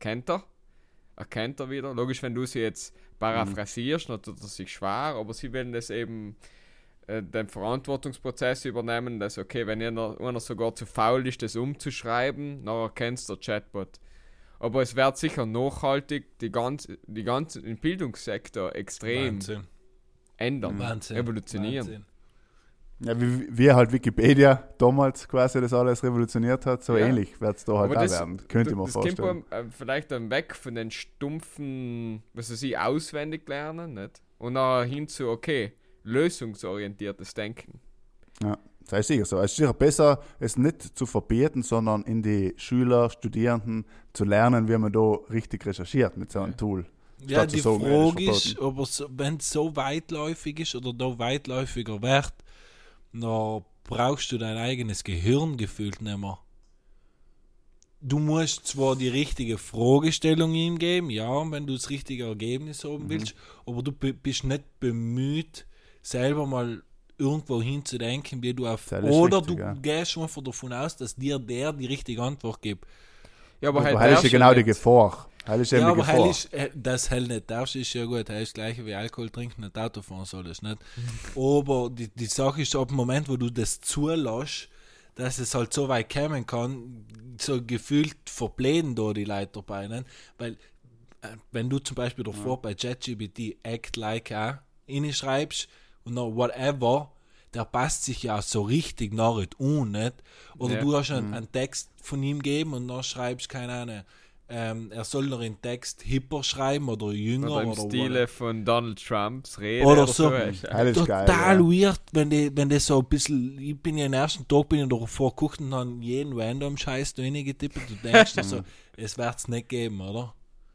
S2: erkennt er wieder. Logisch, wenn du sie jetzt paraphrasierst, dann tut er sich schwer, aber sie wollen das eben den Verantwortungsprozess übernehmen, dass okay, wenn einer sogar zu faul ist, das umzuschreiben, dann erkennt der Chatbot. Aber es wird sicher nachhaltig die ganze im Bildungssektor extrem
S4: Wahnsinn.
S2: ändern,
S4: Wahnsinn.
S2: revolutionieren.
S4: Wahnsinn.
S1: Ja, wie halt Wikipedia damals quasi das alles revolutioniert hat, so
S2: Ja.
S1: ähnlich wird es da halt
S2: Aber
S1: auch
S2: das,
S1: werden. Könnte ich mir
S2: das
S1: vorstellen.
S2: kommt vielleicht dann weg von den stumpfen, was weiß ich, auswendig lernen, nicht? Und dann hin zu, okay, lösungsorientiertes Denken.
S1: Ja, das ist sicher so. Es ist sicher besser, es nicht zu verbieten, sondern in die Schüler, Studierenden zu lernen, wie man da richtig recherchiert mit so einem Tool.
S4: Ja,
S1: Statt
S4: die
S1: zu sagen,
S4: Frage
S1: das
S4: ist, ob es, wenn es so weitläufig ist oder da weitläufiger wird, dann brauchst du dein eigenes Gehirn gefühlt nicht mehr. Du musst zwar die richtige Fragestellung ihm geben, ja, wenn du das richtige Ergebnis haben willst, aber du bist nicht bemüht, selber mal irgendwo hinzudenken, wie du auf...
S1: Das ist
S4: Oder
S1: richtig,
S4: du
S1: ja.
S4: gehst einfach davon aus, dass dir der die richtige Antwort gibt.
S2: Ja, aber
S1: Aber das ist ja genau die Gefahr. Das ist eben
S4: Ja,
S1: die
S4: aber
S1: Gefahr.
S4: hell ist, das hell nicht darfst, ist ja gut. Das ist das gleiche wie Alkohol trinken, nicht Auto fahren sollst, nicht? Aber die Sache ist, ab dem Moment, wo du das zulässt, dass es halt so weit kommen kann, so gefühlt verbläden da die Leute dabei, nicht? Weil, wenn du zum Beispiel davor bei ChatGPT Act Like A reinschreibst und noch whatever, der passt sich ja so richtig nach nicht an, nicht? Oder
S2: Ja.
S4: du hast einen Text von ihm gegeben und dann schreibst, keine Ahnung, er soll noch den Text hipper schreiben oder jünger
S2: Oder im
S4: oder
S2: Stile von Donald Trumps Rede
S4: Oder so.
S2: weißt du.
S1: Das ist geil,
S4: total
S1: ja.
S4: weird, wenn das so ein bisschen, ich bin ja am ersten Tag davor geguckt und habe jeden random Scheiß da reingetippt und du denkst dir so, es wird es nicht geben, oder?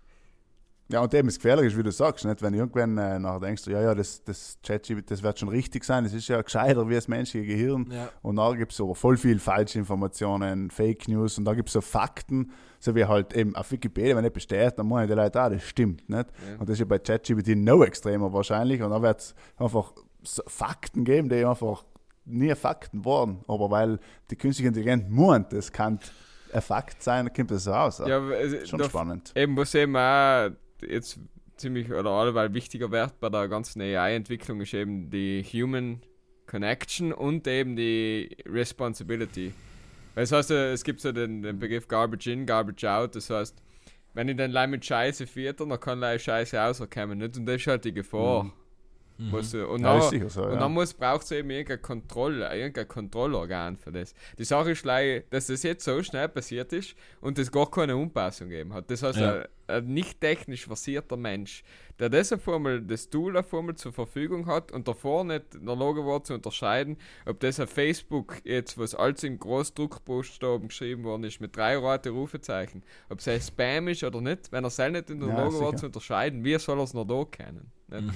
S1: Ja, und eben das Gefährliche ist, wie du sagst, nicht? Wenn du irgendwann nachher denkst, ja, das ChatGPT, das wird schon richtig sein, das ist ja gescheiter wie das menschliche Gehirn.
S4: Ja.
S1: Und nachher gibt es aber voll viel Falschinformationen, Fake News und da gibt es so Fakten, so wie halt eben auf Wikipedia, wenn nicht bestätigt, dann meinen die Leute, das stimmt, nicht?
S2: Ja.
S1: Und das ist ja bei ChatGPT noch extremer wahrscheinlich und dann wird es einfach so Fakten geben, die einfach nie Fakten waren, aber weil die künstliche Intelligenz meint, das kann ein Fakt sein, dann kommt das so raus.
S2: Ja, also,
S1: Schon
S2: da-
S1: spannend.
S2: Eben, was eben auch jetzt ziemlich oder alleweil wichtiger wird bei der ganzen AI-Entwicklung, ist eben die Human Connection und eben die Responsibility. Weil das heißt, es gibt so den Begriff Garbage in, Garbage out. Das heißt, wenn ich dann Leute mit Scheiße fütter, dann kann Leute Scheiße rauskommen. Nicht? Und das ist halt die Gefahr. Und
S1: Ja, ist
S2: dann,
S1: sicher so,
S2: und
S1: ja.
S2: dann braucht es eben irgendein Kontrollorgan für das. Die Sache ist leider, dass das jetzt so schnell passiert ist und es gar keine Anpassung gegeben hat. Das heißt,
S4: Ja.
S2: ein nicht technisch versierter Mensch, der das Tool auf einmal zur Verfügung hat und davor nicht in der Lage war zu unterscheiden, ob das auf Facebook jetzt, was alles in Großdruckbuchstaben geschrieben worden ist, mit 3 rote Rufezeichen, ob es ein Spam ist oder nicht, wenn er es nicht in der
S1: Ja,
S2: Lage war
S1: sicher.
S2: zu unterscheiden, wie soll er es noch da kennen? Nicht?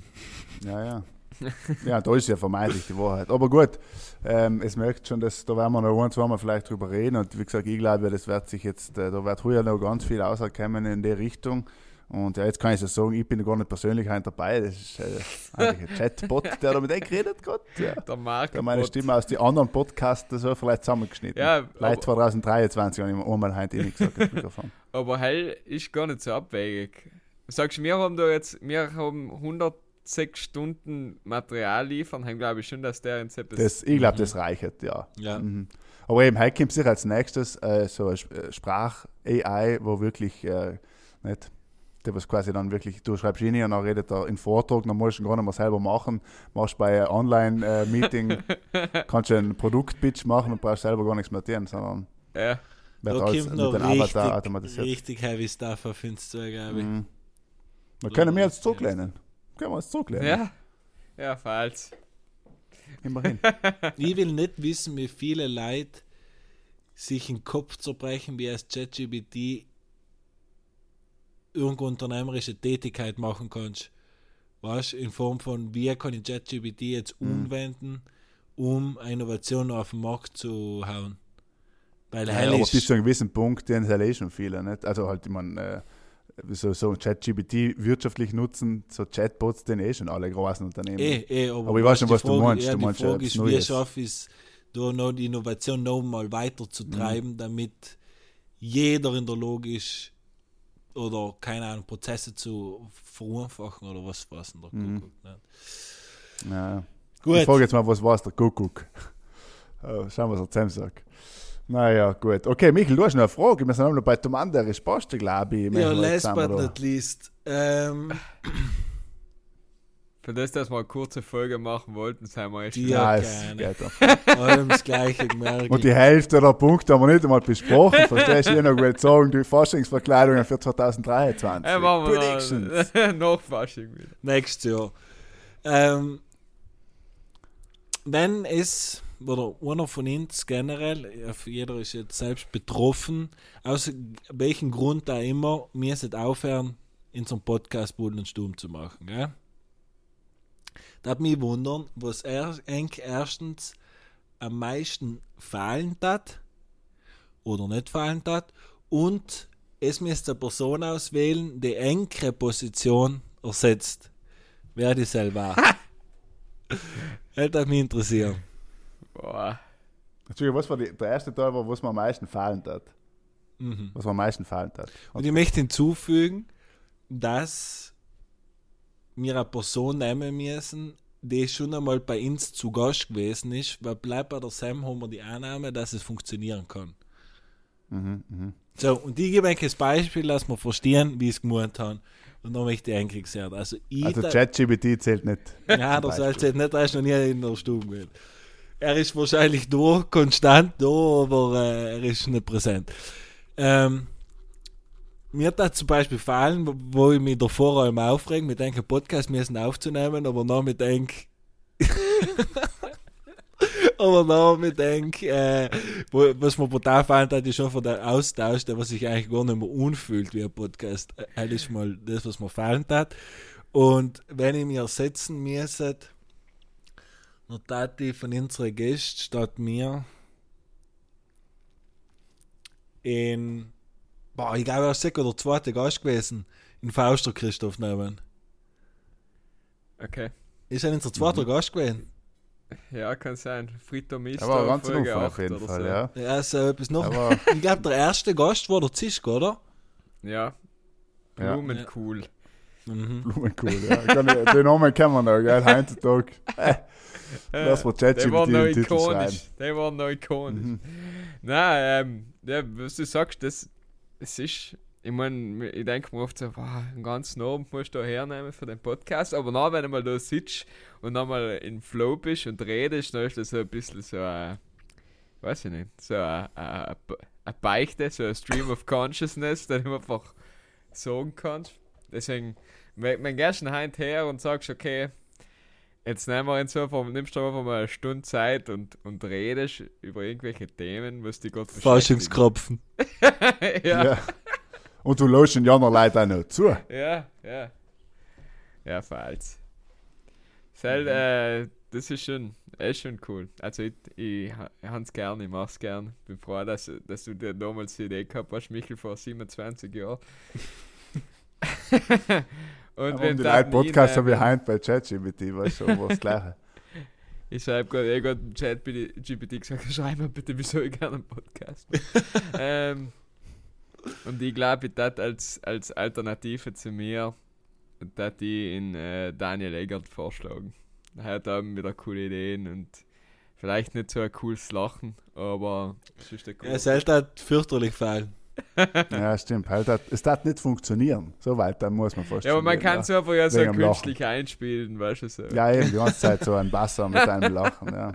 S1: Ja. Ja, da ist ja vermeintlich die Wahrheit. Aber gut, es merkt schon, dass da werden wir noch ein, zweimal vielleicht drüber reden. Und wie gesagt, ich glaube, das wird sich jetzt, da wird heuer noch ganz viel rauskommen in die Richtung. Und ja, jetzt kann ich so sagen, ich bin gar nicht persönlich heute dabei. Das ist eigentlich ein Chatbot, der da mit euch geredet hat. Ja.
S2: Der Marco.
S1: Der meine Stimme aus den anderen Podcasts so vielleicht zusammengeschnitten.
S2: Ja,
S1: Vielleicht 2023 habe ich mir einmal heute gesagt, das Mikrofon.
S2: Aber hell ist gar nicht so abwegig. Sagst du, wir haben 106 Stunden Material liefern, haben glaube ich schon, dass der uns etwas.
S1: Ich glaube, das reicht, ja.
S4: Ja.
S1: Mhm. Aber eben, heute kommt sicher als nächstes so eine Sprach-AI, wo wirklich nicht, der was quasi dann wirklich, du schreibst ihn und dann redet er in Vortrag, dann musst du ihn gar nicht mehr selber machen, machst bei einem Online-Meeting, kannst du einen Produktpitch machen und brauchst selber gar nichts mehr tun, sondern
S2: Ja.
S1: wird
S4: Da
S1: alles
S4: kommt
S1: mit
S4: noch
S1: dem Avatar automatisiert.
S4: richtig heavy Stuff auf uns zu, glaube ich.
S1: Mhm. Wir können wir jetzt zurücklehnen. Können wir uns zurücklehnen?
S2: Ja. Ja, falsch.
S1: Immerhin.
S4: Ich will nicht wissen, wie viele Leute sich den Kopf zerbrechen, wie als ChatGPT irgendeine unternehmerische Tätigkeit machen kannst. Weißt du, in Form von, wie kann ich ChatGPT jetzt umwenden, um eine Innovation auf den Markt zu hauen. Weil
S1: Ja,
S4: hell
S1: aber
S4: ist,
S1: bis zu einem gewissen Punkt, den sind schon viele. Nicht? Also halt, ich meine, so ChatGPT wirtschaftlich nutzen, so Chatbots, den schon alle großen Unternehmen. Aber ich weiß schon, was du meinst. Du
S4: Die
S1: meinst
S4: Frage
S1: etwas
S4: ist, wie
S1: Neues.
S4: schaffe ich es, da noch die Innovation noch mal weiter zu treiben, damit jeder in der Lage ist, oder keine Ahnung, Prozesse zu vereinfachen oder was in der Kuckuck. Ne?
S1: Ja.
S4: Gut.
S1: Ich frage jetzt mal, was war es, der Kuckuck? Schauen, was er zusammen sagt. Naja, gut. Okay, Michael, du hast noch eine Frage. Wir sind noch bei Tom Ander Resposte, glaube ich.
S4: Ja,
S1: Machen wir
S4: last
S1: jetzt zusammen,
S4: but
S1: oder?
S4: not least.
S2: Für das, dass wir eine kurze Folge machen wollten, sind wir echt.
S4: Ja,
S1: Ja, es
S4: gerne.
S1: geht einfach.
S4: Allem das Gleiche gemerkt.
S1: Und die Hälfte der Punkte haben wir nicht einmal besprochen. Verstehst du? Ich noch gewollt sagen, die Faschingsverkleidungen für 2023.
S2: Machen
S1: Predictions.
S2: wir noch Fasching wieder.
S4: Nächstes Jahr. wenn es, oder einer von uns generell, jeder ist jetzt selbst betroffen, aus welchem Grund da immer, wir sollten aufhören, in so einem Podcast Bullen und Stumm zu machen. Gell? Da hat mich wundern, was erstens am meisten fallen hat oder nicht fallen hat, und es müsste eine Person auswählen, die engere Position ersetzt. Wer die selber war. Das würde mich interessieren.
S2: Boah.
S1: Entschuldigung, was war der erste Teil, was mir am meisten fallen hat? Was mir am meisten fallen hat.
S4: Und ich möchte hinzufügen, dass wir eine Person nehmen müssen, die schon einmal bei uns zu Gast gewesen ist, weil bleibt bei der Sam haben wir die Annahme, dass es funktionieren kann. So, und ich gebe eigentlich das Beispiel, dass wir verstehen, wie ich es gemeint habe. Und dann möchte ich eigentlich gesagt. Also
S1: ChatGPT zählt nicht.
S4: Ja, das heißt nicht, er ist noch nie in der Stube gewesen. Er ist wahrscheinlich da, konstant da, aber er ist nicht präsent. Mir hat das zum Beispiel gefallen, wo ich mich davor einmal aufrege, mit einem Podcast müssen aufzunehmen, aber noch mit einem was mir brutal gefallen hat, ist schon von der Austausch, der was sich eigentlich gar nicht mehr unfühlt wie ein Podcast. Das ist mal das, was mir gefallen hat. Und wenn ich mir ersetzen müsste, dann tat ich von unseren Gästen statt mir ich glaube, er ist der oder zweite Gast gewesen, in Fauster Christoph nehmen.
S2: Okay.
S4: Ist er unser zweiter Gast gewesen?
S2: Ja, kann sein. Frito Mister,
S1: Aber ganz
S2: Folge
S1: Anfang
S2: 8
S1: auf jeden
S2: oder
S1: Fall,
S2: so.
S1: ja.
S4: Ja, so etwas noch.
S1: Aber
S4: Ich glaube, der erste Gast war der Zischk, oder?
S2: Ja.
S1: Ja.
S2: Blumencool.
S1: Blumenkohl, ja. Den Namen kennen wir noch, gell, heutzutage. Lass mal
S2: Der war
S1: ChatGPT
S2: noch
S1: den Titel schreiben.
S2: ikonisch. Der war noch ikonisch. Nein, ja, was du sagst, das ist, ich meine, ich denke mir oft so, wow, einen ganzen Abend musst du da hernehmen für den Podcast, aber dann, wenn du mal da sitzt und dann mal in Flow bist und redest, dann ist das so ein bisschen so weiß ich nicht, so eine Beichte, so ein Stream of Consciousness, den du einfach sagen kannst. Deswegen, wenn gehst du heute her und sagst, okay, jetzt nimmst du einfach mal eine Stunde Zeit und redest über irgendwelche Themen, was die Gott
S4: Forschungskropfen.
S2: ja.
S1: Und du lässt den anderen Leuten auch noch zu.
S2: Ja. Ja, falls. Das ist schon cool. Also ich habe es gern, ich mache es gern. Bin froh, dass du dir damals die Idee gehabt hast, Michel, vor 27 Jahren. Und wenn
S1: die Leute Podcast habe ich heute bei ChatGPT, weißt du, aber das Gleiche.
S2: Ich habe gerade im ChatGPT gesagt, schreib mir bitte, wieso ich gerne einen Podcast und ich glaube, das als Alternative zu mir, dass ich in Daniel Eggert vorschlagen. Er hat auch wieder coole Ideen und vielleicht nicht so ein cooles Lachen, aber es ist der cool.
S4: Es hält halt fürchterlich fallen.
S1: Ja, stimmt. Es darf nicht funktionieren. So weit, dann muss man fast.
S2: Ja, aber man kann es einfach ja so
S1: Wegen dem
S2: künstlich
S1: Lachen.
S2: einspielen, weißt du so.
S1: Ja, eben, die ganze Zeit so ein Basser mit einem Lachen, ja.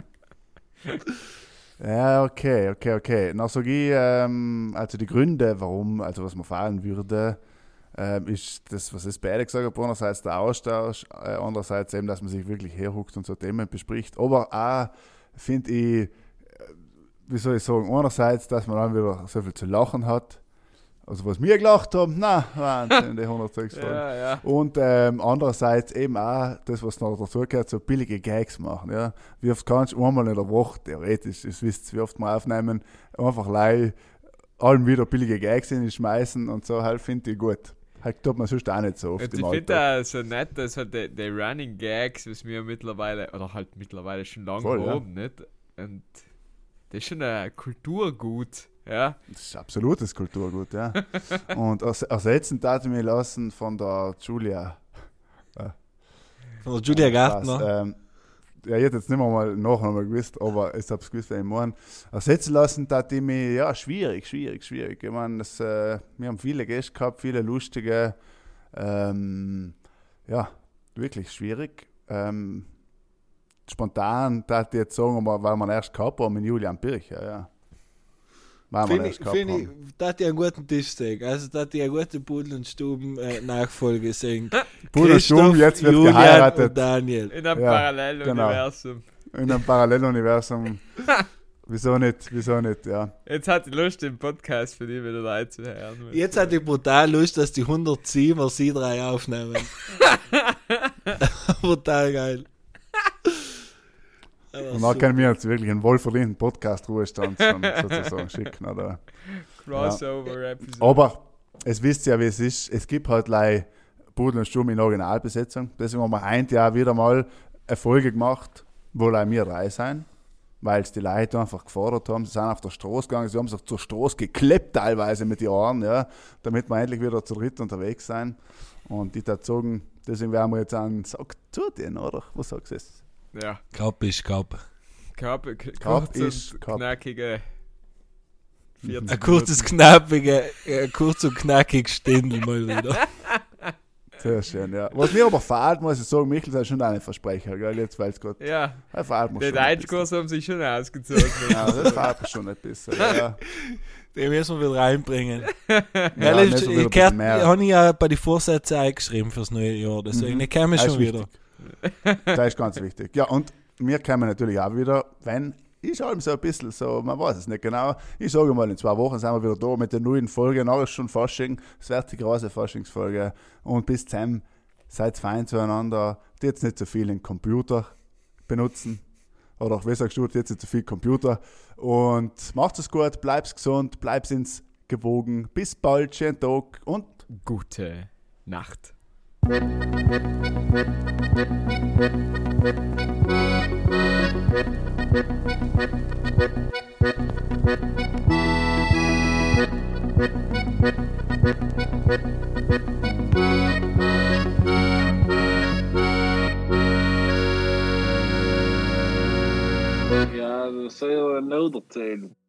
S1: Ja, okay. Noch sage ich, also die Gründe, warum, also was man fallen würde, ist das, was es beide gesagt haben, einerseits der Austausch, andererseits eben, dass man sich wirklich herhuckt und so Themen bespricht, aber auch, finde ich, wie soll ich sagen, einerseits, dass man dann wieder so viel zu lachen hat, also was wir gelacht haben, na, Wahnsinn, die 106 Folgen.
S2: Ja.
S1: Und andererseits eben auch das, was noch dazu gehört, so billige Gags machen. Ja. Wie oft kannst du einmal in der Woche, theoretisch, das wisst ihr, wie oft wir aufnehmen, einfach allen wieder billige Gags schmeißen und so, halt finde ich gut. Halt tut man sonst auch nicht so oft
S2: Und
S1: im
S2: ich
S1: Alltag.
S2: finde auch so nett, dass halt die Running Gags, was wir mittlerweile, oder halt mittlerweile schon lange
S1: Voll, ja.
S2: haben, nicht? Und das ist schon ein Kulturgut, ja.
S1: Das ist absolutes Kulturgut, ja. Und ersetzen darf ich mich lassen von der Julia.
S4: Von der Julia Gartner.
S1: Ja, ich hätte jetzt nicht mehr mal nachher noch mal gewusst, aber ich habe es gewusst, wenn ich morgen ersetzen lassen, dass ich mich, ja, schwierig. Ich meine, wir haben viele Gäste gehabt, viele lustige, ja, wirklich schwierig. Spontan, da ich jetzt sagen, aber weil man erst gehabt haben mit Julian Bircher, ja.
S4: Finde ich, dass ich einen guten Tisch sehen. Also, dass ich eine gute Pudel- und Stuben-Nachfolge sehen.
S1: Pudel und Stuben, jetzt wird
S4: Julian
S1: geheiratet.
S4: und Daniel.
S2: In einem
S1: Ja,
S2: Paralleluniversum.
S1: In einem Paralleluniversum. Wieso nicht, ja.
S2: Jetzt hatte ich Lust, den Podcast für dich wieder reinzuhören.
S4: Jetzt hatte ich brutal Lust, dass die 107er sie 3 aufnehmen. Brutal geil.
S1: Und dann können wir jetzt wirklich einen wohlverdienten Podcast-Ruhestand sozusagen schicken, oder?
S2: Crossover-Episode.
S1: Aber es wisst ja, wie es ist. Es gibt halt Pudel und Sturm in Originalbesetzung. Deswegen haben wir ein Jahr wieder mal eine Folge gemacht, wo wir 3 sein. Weil es die Leute einfach gefordert haben. Sie sind auf der Straße gegangen, sie haben sich zur Straße geklebt teilweise mit den Ohren, ja, damit wir endlich wieder zu dritt unterwegs sein. Und die sagen, deswegen werden wir jetzt einen Sack zudehnen, oder? Was sagst du jetzt?
S2: Ja.
S4: Cup ist Cup.
S2: Kurz und knackige 40
S4: Ein kurzes, knappige, kurz und knackig Stindl mal wieder.
S1: Sehr schön, ja. Was mir aber fehlt, muss ich sagen, Michel ist schon eine Versprecher, gell? Jetzt weiß ich gerade.
S2: Ja.
S1: Fehlt mir
S2: Den
S1: schon
S2: Deutschkurs haben sich schon ausgezogen.
S1: Ja, das fehlt mir schon ein bisschen. Ja.
S4: Den müssen wir wieder reinbringen.
S1: Ja,
S4: Weil
S1: müssen wir
S4: ich
S1: wieder ein bisschen mehr.
S4: habe ja bei den Vorsätzen eingeschrieben fürs neue Jahr, deswegen ich käme
S1: Das
S4: schon
S1: ist
S4: wieder.
S1: Das ist ganz wichtig. Ja, und wir kommen natürlich auch wieder, wenn, ist halt so ein bisschen so, man weiß es nicht genau. Ich sage mal, in 2 Wochen sind wir wieder da mit der neuen Folge, nachher ist schon Fasching, es wird die große Faschingsfolge. Und bis dann, seid fein zueinander, jetzt nicht so viel den Computer benutzen. Oder auch, wie sagst du, jetzt nicht so viel Computer. Und macht es gut, bleibt gesund, bleibt ins gewogen. Bis bald, schönen Tag und
S2: Gute Nacht.
S3: Ja, dat zou je wel nodig zijn.